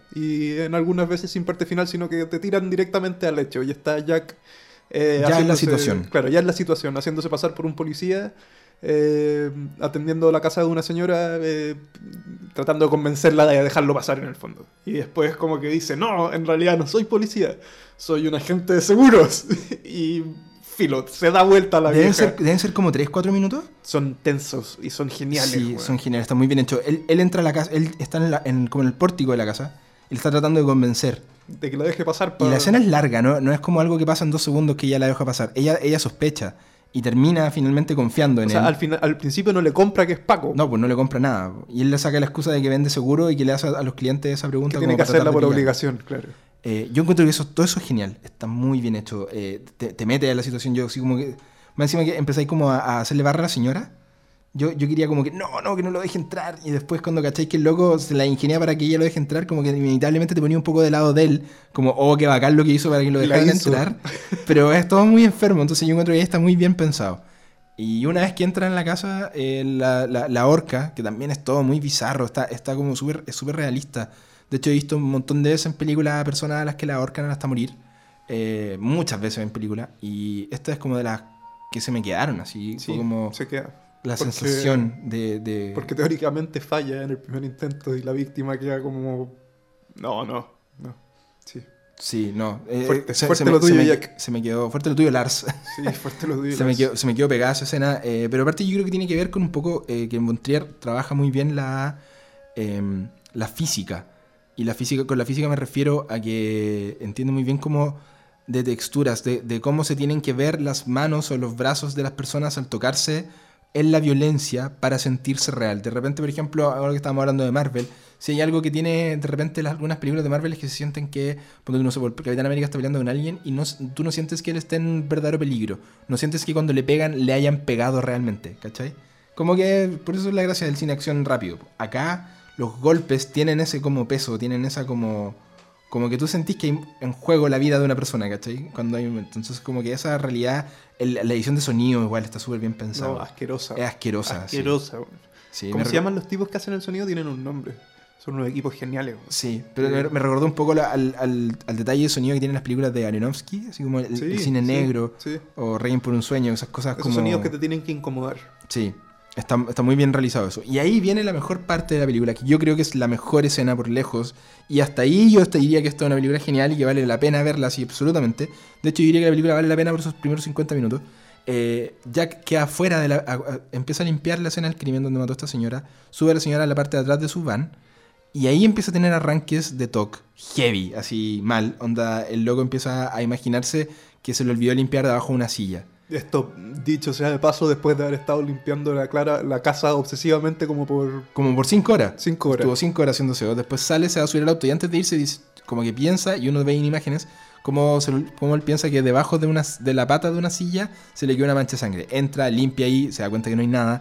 y en algunas veces sin parte final, sino que te tiran directamente al hecho y está Jack... Eh, ya en la situación. Claro, ya en la situación, haciéndose pasar por un policía, eh, atendiendo la casa de una señora, eh, tratando de convencerla de dejarlo pasar en el fondo. Y después como que dice, no, en realidad no soy policía, soy un agente de seguros. Y filo, se da vuelta a la ¿Deben vieja. ser, ¿Deben ser como tres, cuatro minutos? Son tensos y son geniales. Sí, bueno. son geniales, está muy bien hecho. Él, él entra a la casa, él está en la, en, como en el pórtico de la casa, él está tratando de convencer. De que lo deje pasar. Para... Y la escena es larga, ¿no? No es como algo que pasa en dos segundos que ella la deja pasar. Ella, ella sospecha y termina finalmente confiando en o sea, él. Al, final, al principio no le compra que es Paco. No, pues no le compra nada. Y él le saca la excusa de que vende seguro y que le hace a los clientes esa pregunta. Que tiene como que para hacerla tratar de por pillar. obligación, claro. Eh, yo encuentro que eso, todo eso es genial. Está muy bien hecho. Eh, te, te mete en la situación. Yo así como que... Más encima que empezáis como a, a hacerle barra a la señora. Yo, yo quería como que, no, no, que no lo deje entrar. Y después cuando cacháis que el loco se la ingenia para que ella lo deje entrar, como que inevitablemente te ponía un poco de lado de él. Como, oh, qué bacán lo que hizo para que lo dejaran entrar. Pero es todo muy enfermo. Entonces yo encuentro que está muy bien pensado. Y una vez que entra en la casa, eh, la, la, la horca, que también es todo muy bizarro, está, está como súper es súper realista. De hecho he visto un montón de veces en películas a personas a las que la ahorcan hasta morir. Eh, muchas veces en películas. Y esta es como de las que se me quedaron así. Sí, fue como... se queda. La porque, sensación de, de... Porque teóricamente falla en el primer intento y la víctima queda como... No, no, no. Sí. Sí, no. Eh, fuerte se, fuerte se lo me, tuyo, se me, Jack. Se me quedó... Fuerte lo tuyo, Lars. Sí, fuerte lo tuyo, se, me quedó, se me quedó pegada esa escena. Eh, pero aparte yo creo que tiene que ver con un poco... Eh, que Von Trier trabaja muy bien la, eh, la física. Y la física, con la física me refiero a que entiende muy bien cómo... De texturas, de, de cómo se tienen que ver las manos o los brazos de las personas al tocarse... en la violencia para sentirse real. De repente, por ejemplo, ahora que estamos hablando de Marvel, si hay algo que tiene de repente las, algunas películas de Marvel es que se sienten que, cuando no sé, por Capitán América está peleando con alguien y no, tú no sientes que él esté en verdadero peligro. No sientes que cuando le pegan le hayan pegado realmente, ¿cachai? Como que por eso es la gracia del cine acción rápido. Acá los golpes tienen ese como peso, tienen esa como... Como que tú sentís que hay en juego la vida de una persona, ¿cachai? Cuando hay un momento. Entonces como que esa realidad, el, la edición de sonido igual está súper bien pensada. No, asquerosa. Es asquerosa. Asquerosa. Sí. Sí, ¿Cómo se re... llaman los tipos que hacen el sonido? Tienen un nombre. Son unos equipos geniales. Güey. Sí, pero me, me recordó un poco la, al, al, al detalle de sonido que tienen las películas de Aronofsky, así como el, sí, el cine sí, negro sí. o Reign por un sueño, esas cosas Esos como... sonidos que te tienen que incomodar. Sí. Está, está muy bien realizado eso. Y ahí viene la mejor parte de la película, que yo creo que es la mejor escena por lejos. Y hasta ahí yo te diría que esta es una película genial y que vale la pena verla así absolutamente. De hecho, yo diría que la película vale la pena por esos primeros cincuenta minutos. Eh, Jack queda fuera de la... A, a, empieza a limpiar la escena del crimen donde mató a esta señora. Sube a la señora a la parte de atrás de su van. Y ahí empieza a tener arranques de talk heavy, así mal. Onda, el loco empieza a imaginarse que se le olvidó limpiar debajo de una silla. Esto, dicho sea de paso, después de haber estado limpiando la, clara, la casa obsesivamente como por... Como por cinco horas. Cinco horas. Estuvo cinco horas haciendo S E O. Después sale, se va a subir al auto y antes de irse dice, como que piensa, y uno ve en imágenes, como, se, como él piensa que debajo de, una, de la pata de una silla se le quedó una mancha de sangre. Entra, limpia ahí, se da cuenta que no hay nada.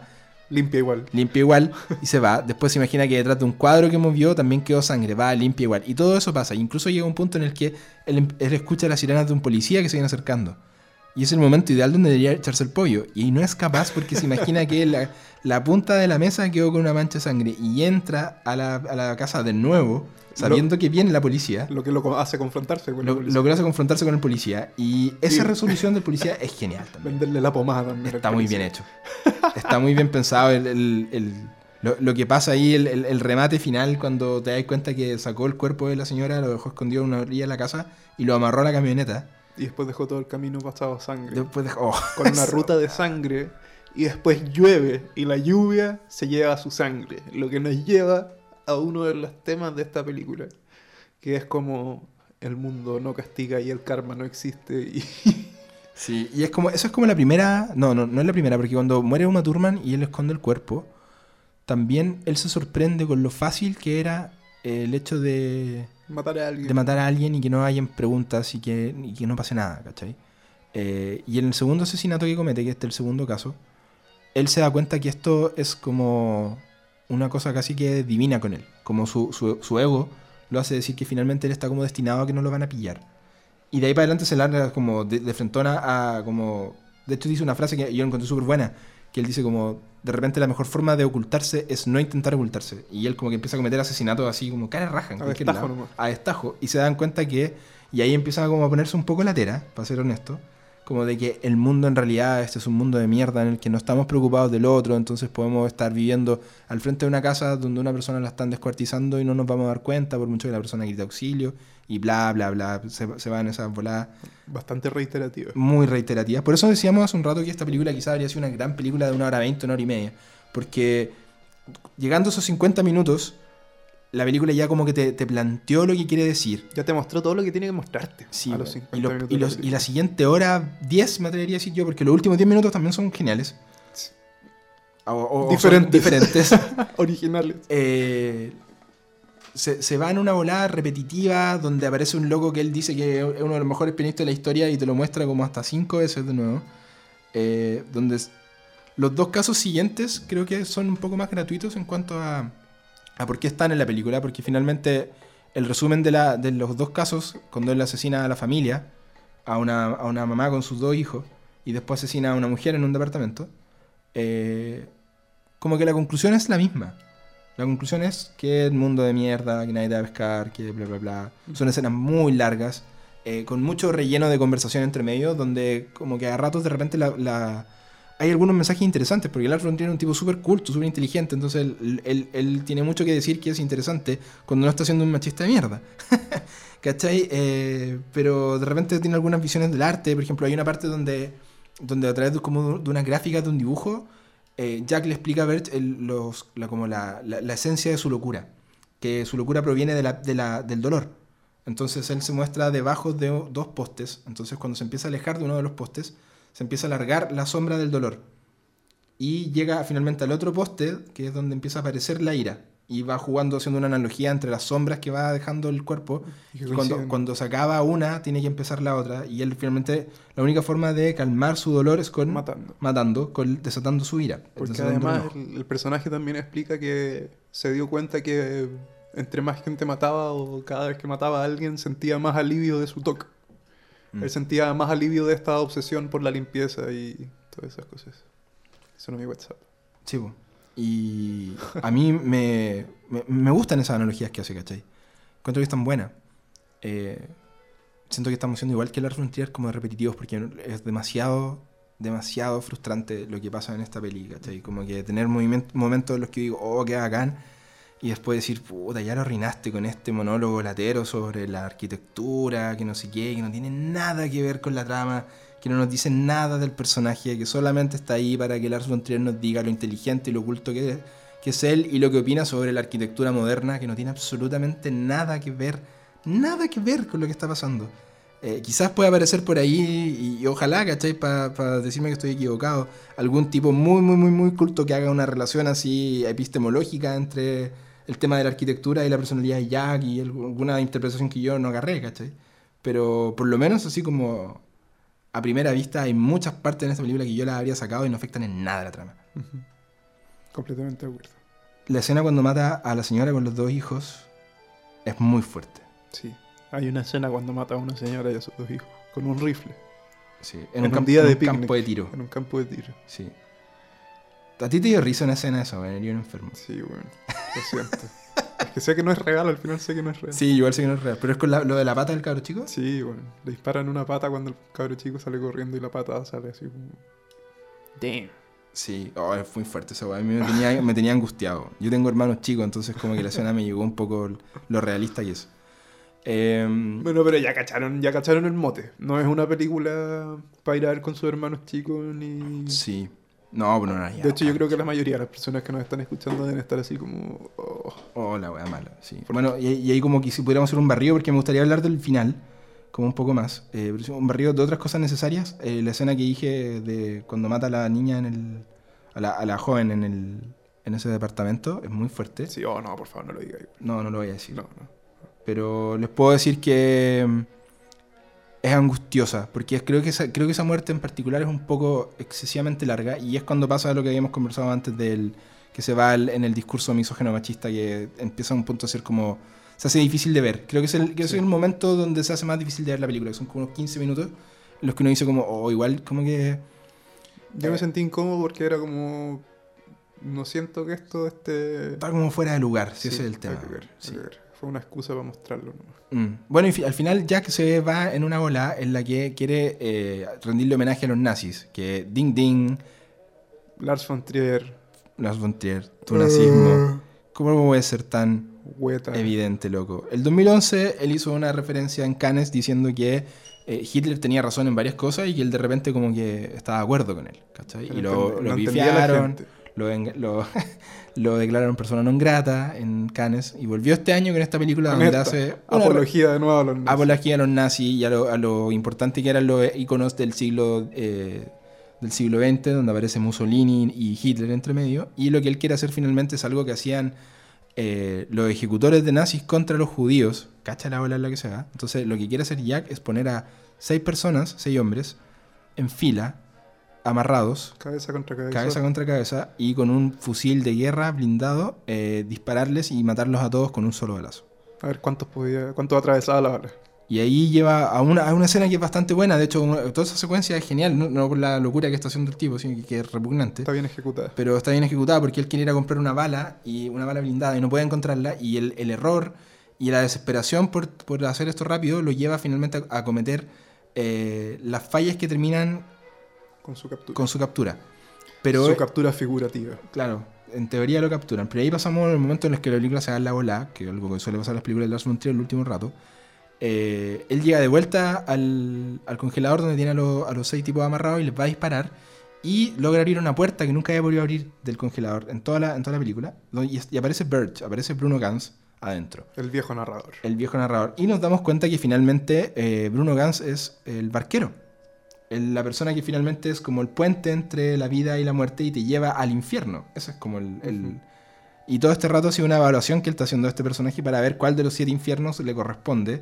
Limpia igual. Limpia igual y se va. Después se imagina que detrás de un cuadro que movió también quedó sangre. Va, limpia igual. Y todo eso pasa. Incluso llega un punto en el que él, él escucha las sirenas de un policía que se viene acercando. Y es el momento ideal donde debería echarse el pollo. Y no es capaz porque se imagina que la, la punta de la mesa quedó con una mancha de sangre. Y entra a la, a la casa de nuevo, sabiendo lo, que viene la policía. Lo que lo hace confrontarse con lo, la policía. Lo que lo hace confrontarse con el policía. Y esa sí. resolución del policía es genial también. Venderle la pomada también. Está muy bien hecho. Está muy bien pensado el, el, el, lo, lo que pasa ahí, el, el, el remate final, cuando te das cuenta que sacó el cuerpo de la señora, lo dejó escondido en una orilla de la casa y lo amarró a la camioneta. Y después dejó todo el camino pasado a sangre. Después dejó... Oh, con una ruta de sangre. Y después llueve. Y la lluvia se lleva su sangre. Lo que nos lleva a uno de los temas de esta película. Que es como el mundo no castiga y el karma no existe. Y... sí, y es como... Eso es como la primera... No, no, no es la primera. Porque cuando muere Uma Thurman y él esconde el cuerpo, también él se sorprende con lo fácil que era el hecho de... matar a alguien. De matar a alguien y que no hayan preguntas y que, y que no pase nada, ¿cachai? Eh, y en el segundo asesinato que comete, que este es el segundo caso, él se da cuenta que esto es como una cosa casi que divina con él. Como su, su, su ego lo hace decir que finalmente él está como destinado a que no lo van a pillar. Y de ahí para adelante se larga como de, de frentona a como... De hecho dice una frase que yo encontré súper buena, que él dice como, de repente la mejor forma de ocultarse es no intentar ocultarse. Y él como que empieza a cometer asesinatos así como cara raja en a cualquier destajo lado, nomás. a destajo. Y se dan cuenta que, y ahí empieza como a ponerse un poco la tera, para ser honesto, como de que el mundo en realidad este es un mundo de mierda en el que no estamos preocupados del otro, entonces podemos estar viviendo al frente de una casa donde una persona la están descuartizando y no nos vamos a dar cuenta por mucho que la persona grite auxilio y bla, bla, bla, se, se van esas voladas. Bastante reiterativa. Muy reiterativas. Por eso decíamos hace un rato que esta película quizás habría sido una gran película de una hora veinte, una hora y media, porque llegando a esos cincuenta minutos, la película ya como que te, te planteó lo que quiere decir. Ya te mostró todo lo que tiene que mostrarte. Sí, a los y, lo, minutos y, los, y la siguiente hora diez, me atrevería a decir yo, porque los últimos diez minutos también son geniales. O, o, diferentes. O diferentes. Originales. Eh, se, se va en una volada repetitiva donde aparece un loco que él dice que es uno de los mejores pianistas de la historia y te lo muestra como hasta cinco veces de nuevo. Eh, donde los dos casos siguientes creo que son un poco más gratuitos en cuanto a... a por qué están en la película, porque finalmente el resumen de, la, de los dos casos, cuando él asesina a la familia, a una, a una mamá con sus dos hijos, y después asesina a una mujer en un departamento, eh, como que la conclusión es la misma. La conclusión es que el mundo de mierda, que nadie te va a pescar, que bla bla bla. Son escenas muy largas, eh, con mucho relleno de conversación entre medio, donde como que a ratos de repente la... la hay algunos mensajes interesantes, porque Lars von Trier es un tipo súper culto, súper inteligente, entonces él, él, él tiene mucho que decir que es interesante cuando no está siendo un machista de mierda. ¿Cachai? Eh, pero de repente tiene algunas visiones del arte. Por ejemplo, hay una parte donde, donde a través de, como de una gráfica de un dibujo, eh, Jack le explica a Bert el, los, la, como la, la, la esencia de su locura, que su locura proviene de la, de la, del dolor. Entonces él se muestra debajo de dos postes, entonces cuando se empieza a alejar de uno de los postes, se empieza a alargar la sombra del dolor. Y llega finalmente al otro poste, que es donde empieza a aparecer la ira. Y va jugando, haciendo una analogía entre las sombras que va dejando el cuerpo. Y cuando, cuando se acaba una, tiene que empezar la otra. Y él finalmente, la única forma de calmar su dolor es con... Matando. Matando, con, desatando su ira. Porque además el, el personaje también explica que se dio cuenta que entre más gente mataba o cada vez que mataba a alguien sentía más alivio de su toque. Él sentía más alivio de esta obsesión por la limpieza y todas esas cosas. Eso no es mi WhatsApp. Sí, po. Y a mí me, me, me gustan esas analogías que hace, ¿cachai? Encuentro que están buenas. Eh, siento que estamos siendo igual que Lars von Trier, como de repetitivos, porque es demasiado, demasiado frustrante lo que pasa en esta peli, ¿cachai? Como que tener momentos en los que digo, oh, qué bacán, y después decir, puta, ya lo arruinaste con este monólogo latero sobre la arquitectura, que no sé qué, que no tiene nada que ver con la trama, que no nos dice nada del personaje, que solamente está ahí para que Lars von Trier nos diga lo inteligente y lo oculto que es, que es él, y lo que opina sobre la arquitectura moderna, que no tiene absolutamente nada que ver, nada que ver con lo que está pasando. Eh, quizás pueda aparecer por ahí, y, y ojalá, ¿cachai? Para pa decirme que estoy equivocado, algún tipo muy, muy, muy, muy culto que haga una relación así epistemológica entre el tema de la arquitectura y la personalidad de Jack y alguna interpretación que yo no agarré, ¿cachai? Pero por lo menos así como a primera vista hay muchas partes en esta película que yo las habría sacado y no afectan en nada la trama. Uh-huh. Completamente de acuerdo. La escena cuando mata a la señora con los dos hijos es muy fuerte. Sí. Hay una escena cuando mata a una señora y a sus dos hijos con un rifle. Sí, En, en, un, un camp- día en de un picnic. campo de tiro. En un campo de tiro. Sí. ¿A ti te dio risa una escena de esa, weón? Yo era enfermo. Sí, bueno. Lo siento. Es que sé que no es real, al final sé que no es real. Sí, igual sé que no es real. Pero es con la- lo de la pata del cabro chico. Sí, bueno. Le disparan una pata cuando el cabro chico sale corriendo y la pata sale así como... Damn. Sí, oh, es muy fuerte esa weá. A mí me tenía, me tenía angustiado. Yo tengo hermanos chicos, entonces como que la escena me llegó un poco lo realista que es. Eh, Bueno, pero ya cacharon, ya cacharon el mote. No es una película para ir a ver con sus hermanos chicos ni... sí. No, pero no, ya, De hecho, yo ya. creo que la mayoría de las personas que nos están escuchando deben estar así como... oh. Oh, la weá mala, sí. Bueno, y, y ahí como que si pudiéramos hacer un barrido, porque me gustaría hablar del final, como un poco más. Eh, pero sí, un barrido de otras cosas necesarias. Eh, la escena que dije de cuando mata a la niña en el... A la, a la joven en el en ese departamento, es muy fuerte. Sí, oh, no, por favor, no lo digas. No, no lo voy a decir. No, no. Pero les puedo decir que mm, es angustiosa, porque es- creo que, esa, creo que esa muerte en particular es un poco excesivamente larga, y es cuando pasa lo que habíamos conversado antes del que se va el- en el discurso misógeno machista, que empieza a un punto a ser como... Se hace difícil de ver. Creo que es el, que ese Sí. es el momento donde se hace más difícil de ver la película, que son como unos quince minutos en los que uno dice como, o igual como que... Yo me Eh. sentí incómodo porque era como... No siento que esto esté... Está como fuera de lugar, si Sí, ese es el hay tema. que ver, hay Sí. que ver. Fue una excusa para mostrarlo nomás. Mm. Bueno, y fi- al final Jack se va en una ola en la que quiere eh, rendirle homenaje a los nazis, que ding ding, Lars von Trier... Lars von Trier, tu nazismo. ¿Cómo puede ser tan Hueta. evidente, loco? El dos mil once él hizo una referencia en Cannes diciendo que eh, Hitler tenía razón en varias cosas y que él de repente como que estaba de acuerdo con él, ¿cachai? Pero Y lo, entend- lo no entendía la pifiaron, gente. lo, en- lo, lo declararon persona non grata en Cannes y volvió este año con esta película Con donde esta, hace una re- apología de nuevo a los nazis. apología a los nazis y a lo, a lo importante que eran los iconos del siglo eh, del siglo veinte, donde aparece Mussolini y Hitler entre medio, y lo que él quiere hacer finalmente es algo que hacían eh, los ejecutores de nazis contra los judíos. Cacha la ola en la que se va. Entonces lo que quiere hacer Jack es poner a seis personas, seis hombres, en fila, amarrados, Cabeza contra cabeza. cabeza contra cabeza, y con un fusil de guerra blindado, eh, dispararles y matarlos a todos con un solo balazo. A ver cuántos podía, cuántos atravesaba la bala. Y ahí lleva a una, a una escena que es bastante buena. De hecho, una- toda esa secuencia es genial. No, no por la locura que está haciendo el tipo, sino que, que es repugnante. Está bien ejecutada. Pero está bien ejecutada porque él quiere ir a comprar una bala, y una bala blindada, y no puede encontrarla. Y el, el error y la desesperación por, por hacer esto rápido lo lleva finalmente a, a cometer eh, las fallas que terminan Con su captura. con su captura. Pero, su captura figurativa. claro, en teoría lo capturan. Pero ahí pasamos al momento en el que la película se da la bola, que es algo que suele pasar en las películas de Lars von Trier el último rato. Eh, él llega de vuelta al, al congelador donde tiene a, los- a los seis tipos amarrados y les va a disparar. Y logra abrir una puerta que nunca había podido abrir del congelador en toda la, en toda la película. Y, y aparece Birch, aparece Bruno Ganz adentro, El viejo narrador. el viejo narrador. Y nos damos cuenta que finalmente eh, Bruno Ganz es el barquero. El- la persona que finalmente es como el puente entre la vida y la muerte y te lleva al infierno. Eso es como el... el- Ujú. Y todo este rato ha sido una evaluación que él está haciendo de este personaje para ver cuál de los siete infiernos le corresponde.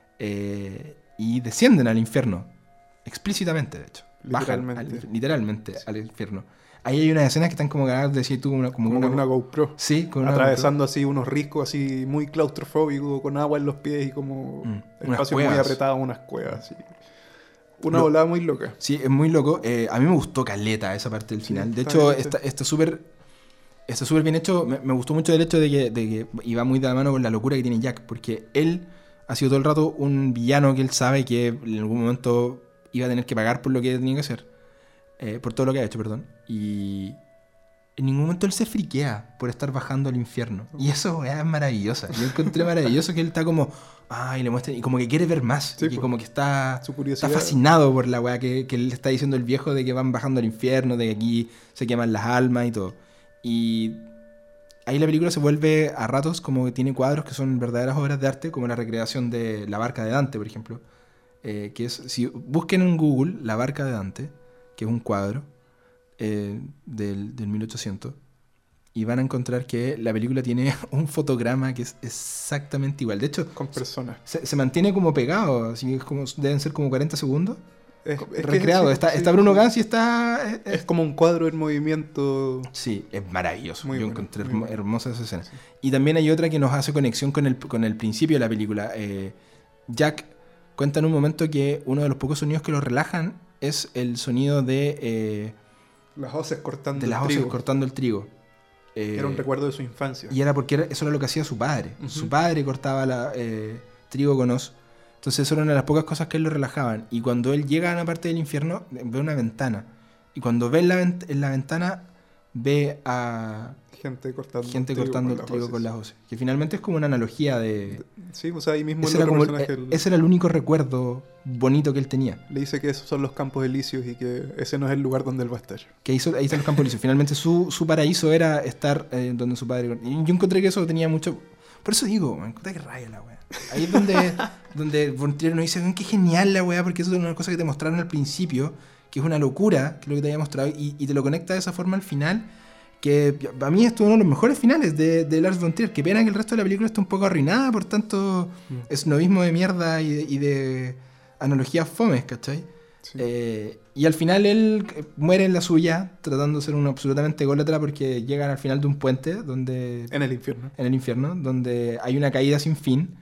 eh, y descienden al infierno. Explícitamente, de hecho. Bajan Literalmente. al- literalmente al infierno. Ahí hay unas escenas que están como ganadas, decías tú, como, una, como Como una- con una GoPro. Sí, con una Atravesando así unos riscos así muy claustrofóbicos, con agua en los pies y como Mm, unas espacios muy cuevas. apretados, unas cuevas. Así. Una Lo- volada muy loca. Sí, es muy loco. Eh, a mí me gustó caleta esa parte del Sí, final. De está hecho, bien, está está súper está súper bien hecho. Me, me gustó mucho el hecho de que, de que iba muy de la mano con la locura que tiene Jack, porque él ha sido todo el rato un villano que él sabe que en algún momento iba a tener que pagar por lo que tenía que hacer. Eh, por todo lo que ha hecho, perdón. Y en ningún momento él se friquea por estar bajando al infierno. Y eso es maravillosa. Yo encontré maravilloso que él está como... Ay, le muestra... Y como que quiere ver más. Sí, y que pues. como que está... Su Está curiosidad. fascinado por la weá que, que le está diciendo el viejo de que van bajando al infierno, de que aquí se queman las almas y todo. Y ahí la película se vuelve a ratos como que tiene cuadros que son verdaderas obras de arte, como la recreación de La Barca de Dante, por ejemplo. Eh, que es, si busquen en Google La Barca de Dante, que es un cuadro eh, del, del mil ochocientos, y van a encontrar que la película tiene un fotograma que es exactamente igual. De hecho, Con personas. se, se mantiene como pegado, así que es como, deben ser como cuarenta segundos. Es, es que recreado. sí, está, sí, está Bruno sí. Gans y está... Es, Es como un cuadro en movimiento. Sí, es maravilloso. Muy Yo bueno, encontré muy hermo- bueno. hermosa esa escena. Sí. Y también hay otra que nos hace conexión con el, con el principio de la película. Eh, Jack cuenta en un momento que uno de los pocos sonidos que lo relajan es el sonido de, eh, Las hoces cortando de las el hoces trigo. cortando el trigo. Eh, Era un recuerdo de su infancia. Y era porque era- eso era lo que hacía su padre. Ujú. Su padre cortaba la, eh, trigo con hoz. Entonces eso era una de las pocas cosas que él lo relajaban. Y cuando él llega a una parte del infierno, ve una ventana. Y cuando ve en la, vent- en la ventana, ve a Gente cortando gente el trigo cortando con el las trigo hoces. con las hoces. Que finalmente es como una analogía de... Sí, o sea, ahí mismo Ese el era, otro como el- personaje eh, el- ese era el único recuerdo bonito que él tenía. le dice que esos son los campos elíseos y que ese no es el lugar donde él va a estar. Que hizo, ahí están los campos elíseos. Finalmente su, su paraíso era estar eh, donde su padre... Y yo encontré que eso tenía mucho... Por eso digo, me encontré que raya la wea. Ahí es donde, donde Von Trier nos dice, qué genial la wea, porque eso es una cosa que te mostraron al principio, que es una locura, que es lo que te había mostrado, y, y te lo conecta de esa forma al final, que para mí es uno de los mejores finales de, de Lars von Trier. Qué pena que el resto de la película esté un poco arruinada por tanto Mm. esnovismo de mierda y de, y de analogías fomes, ¿cachai? Sí. Eh, y al final él eh, muere en la suya, tratando de ser un absolutamente ególatra, porque llegan al final de un puente donde En el infierno. en el infierno, donde hay una caída sin fin.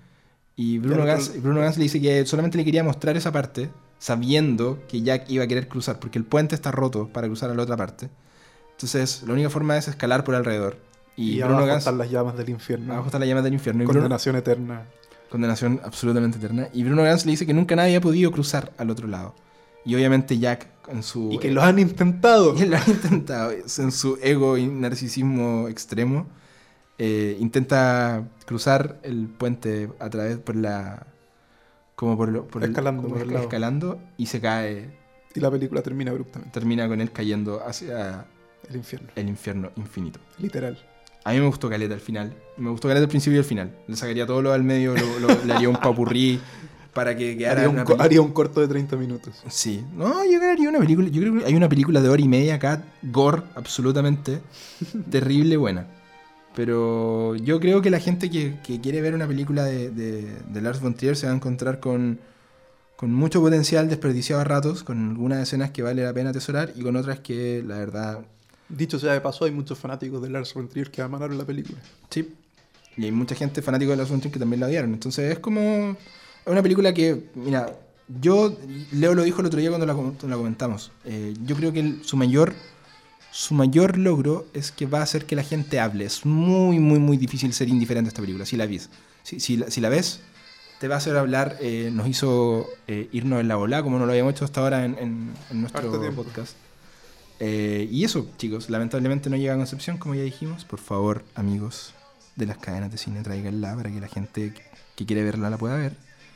Y Bruno Claro, Gans, pero- Bruno Gans le dice que solamente le quería mostrar esa parte, sabiendo que Jack iba a querer cruzar, porque el puente está roto para cruzar a la otra parte. Entonces, la única forma es escalar por alrededor. Y, Y, Bruno abajo Gans, están las llamas del infierno. abajo está la llama del infierno. Y Bruno- Condenación eterna. condenación absolutamente eterna. Y Bruno Gans le dice que nunca nadie ha podido cruzar al otro lado. Y obviamente Jack, en su... Y que lo han intentado. Y él lo ha intentado, en su ego y narcisismo extremo, eh, intenta cruzar el puente a través por la... como por, lo- por el- Escalando como por el esca- lado. escalando, y se cae, Y la película termina abruptamente. termina con él cayendo hacia El infierno. el infierno infinito. Literal. A mí me gustó caleta al final, me gustó caleta al principio y al final. Le sacaría todo lo al medio, lo- lo- le haría un papurrí para que quedara Haría un, una co- peli- haría un corto de treinta minutos. Sí, no, yo creo que haría una película. Yo creo que hay una película de hora y media acá, gore, absolutamente terrible buena. Pero yo creo que la gente que, que quiere ver una película de, de, de Lars von Trier se va a encontrar con, con mucho potencial desperdiciado a ratos, con algunas escenas que vale la pena atesorar y con otras que la verdad, Dicho sea de paso, hay muchos fanáticos de Lars von Trier que amaron la película. sí. Y hay mucha gente fanática de Lars von Trier que también la odiaron. Entonces es como es una película que, mira, yo, Leo lo dijo el otro día cuando la, com- la comentamos, eh, yo creo que el- su mayor su mayor logro es que va a hacer que la gente hable. Es muy, muy, muy difícil ser indiferente a esta película, si la ves. Si, si, la, si la ves, te va a hacer hablar. Eh, nos hizo eh, irnos en la bola, como no lo habíamos hecho hasta ahora en, en- en nuestro Harto tiempo. podcast. Eh, y eso, chicos, lamentablemente no llega a Concepción, como ya dijimos. Por favor, amigos de las cadenas de cine, tráiganla para que la gente que quiere verla la pueda ver.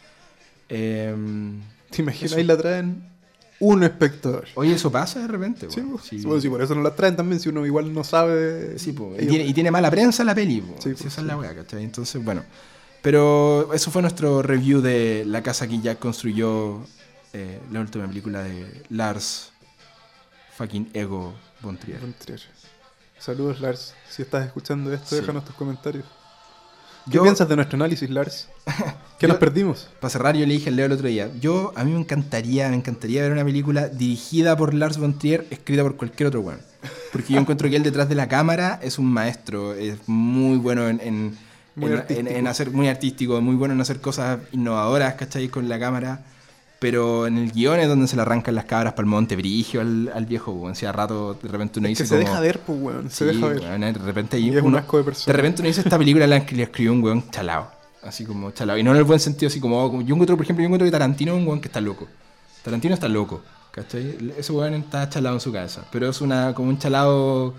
Eh, ¿Te imaginas? Eso. Ahí la traen un espectador. oye, eso pasa de repente. Sí, po. pues. Sí. Bueno, sí, por eso no la traen también si uno igual no sabe. Sí, po, y, Ellos- tiene, y tiene mala prensa la peli, po. Sí, Sí, po, esa sí. es la weá, ¿cachai? Entonces, bueno. Pero eso fue nuestro review de la casa que Jack construyó, eh, la última película de Lars fucking Ego von Trier. Von Trier. Saludos, Lars. Si estás escuchando esto, Sí. déjanos tus comentarios. ¿Qué Yo- piensas de nuestro análisis, Lars? ¿Qué Yo- nos perdimos? Para cerrar, yo le dije al Leo el otro día, yo, a mí me encantaría, me encantaría ver una película dirigida por Lars von Trier, escrita por cualquier otro weón. Porque yo encuentro que él detrás de la cámara es un maestro, es muy bueno en, en, Muy en- artístico. en- en hacer, muy artístico, muy bueno en hacer cosas innovadoras, ¿cachai? Con la cámara. Pero en el guión es donde se le arrancan las cabras para el monte brigio al, al viejo, weón. Si a rato de repente uno Es dice que se como... deja ver, pues, weón. Se Sí, deja ver. weón, de repente hay Y es un uno- asco de de persona. repente uno dice esta película la que le escribió un weón chalao. Así como chalao. Y no en el buen sentido, así como, como- yo encuentro, por ejemplo, yo encuentro que Tarantino es un weón que está loco. Tarantino está loco, ¿cachai? Ese weón está chalado en su cabeza. Pero es una como un chalado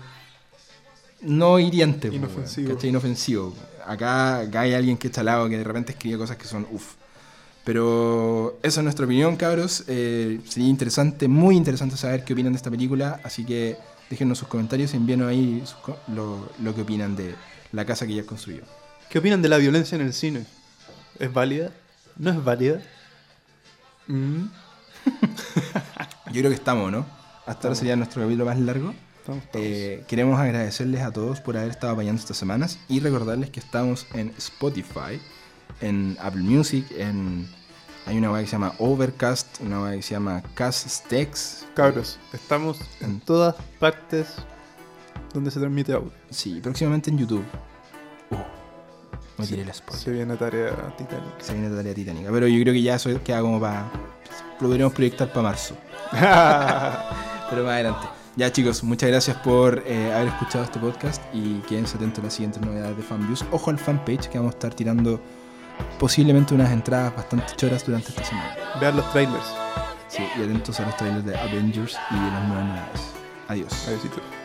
no hiriente, po, Inofensivo. weón, ¿cachai? Inofensivo. Acá, acá hay alguien que es chalado, que de repente escribe cosas que son uff. Pero esa es nuestra opinión, cabros. Eh, sería interesante, muy interesante saber qué opinan de esta película. Así que déjenos sus comentarios y envíenos ahí sus co- lo, lo que opinan de la casa que ya construyó. ¿Qué opinan de la violencia en el cine? ¿Es válida? ¿No es válida? Mm, Yo creo que estamos, ¿no? Hasta ahora sería nuestro capítulo más largo. estamos, estamos. Eh, queremos agradecerles a todos por haber estado apañando estas semanas y recordarles que estamos en Spotify, en Apple Music, en Hay una weá que se llama Overcast, una weá que se llama Castex. Cabros, estamos en todas partes donde se transmite audio. Sí, próximamente en YouTube. Uh, me tiré el spoiler. Se viene tarea titánica. Se viene tarea titánica. Pero yo creo que ya eso queda como para... Lo podríamos proyectar para marzo. Pero más adelante. Ya chicos, muchas gracias por eh, haber escuchado este podcast y quédense atentos a las siguientes novedades de Fanviews. Ojo al fanpage que vamos a estar tirando posiblemente unas entradas bastante choras durante esta semana. Vean los trailers. Sí, y atentos a los trailers de Avengers y de las nuevas novedades. Adiós. Adiósito.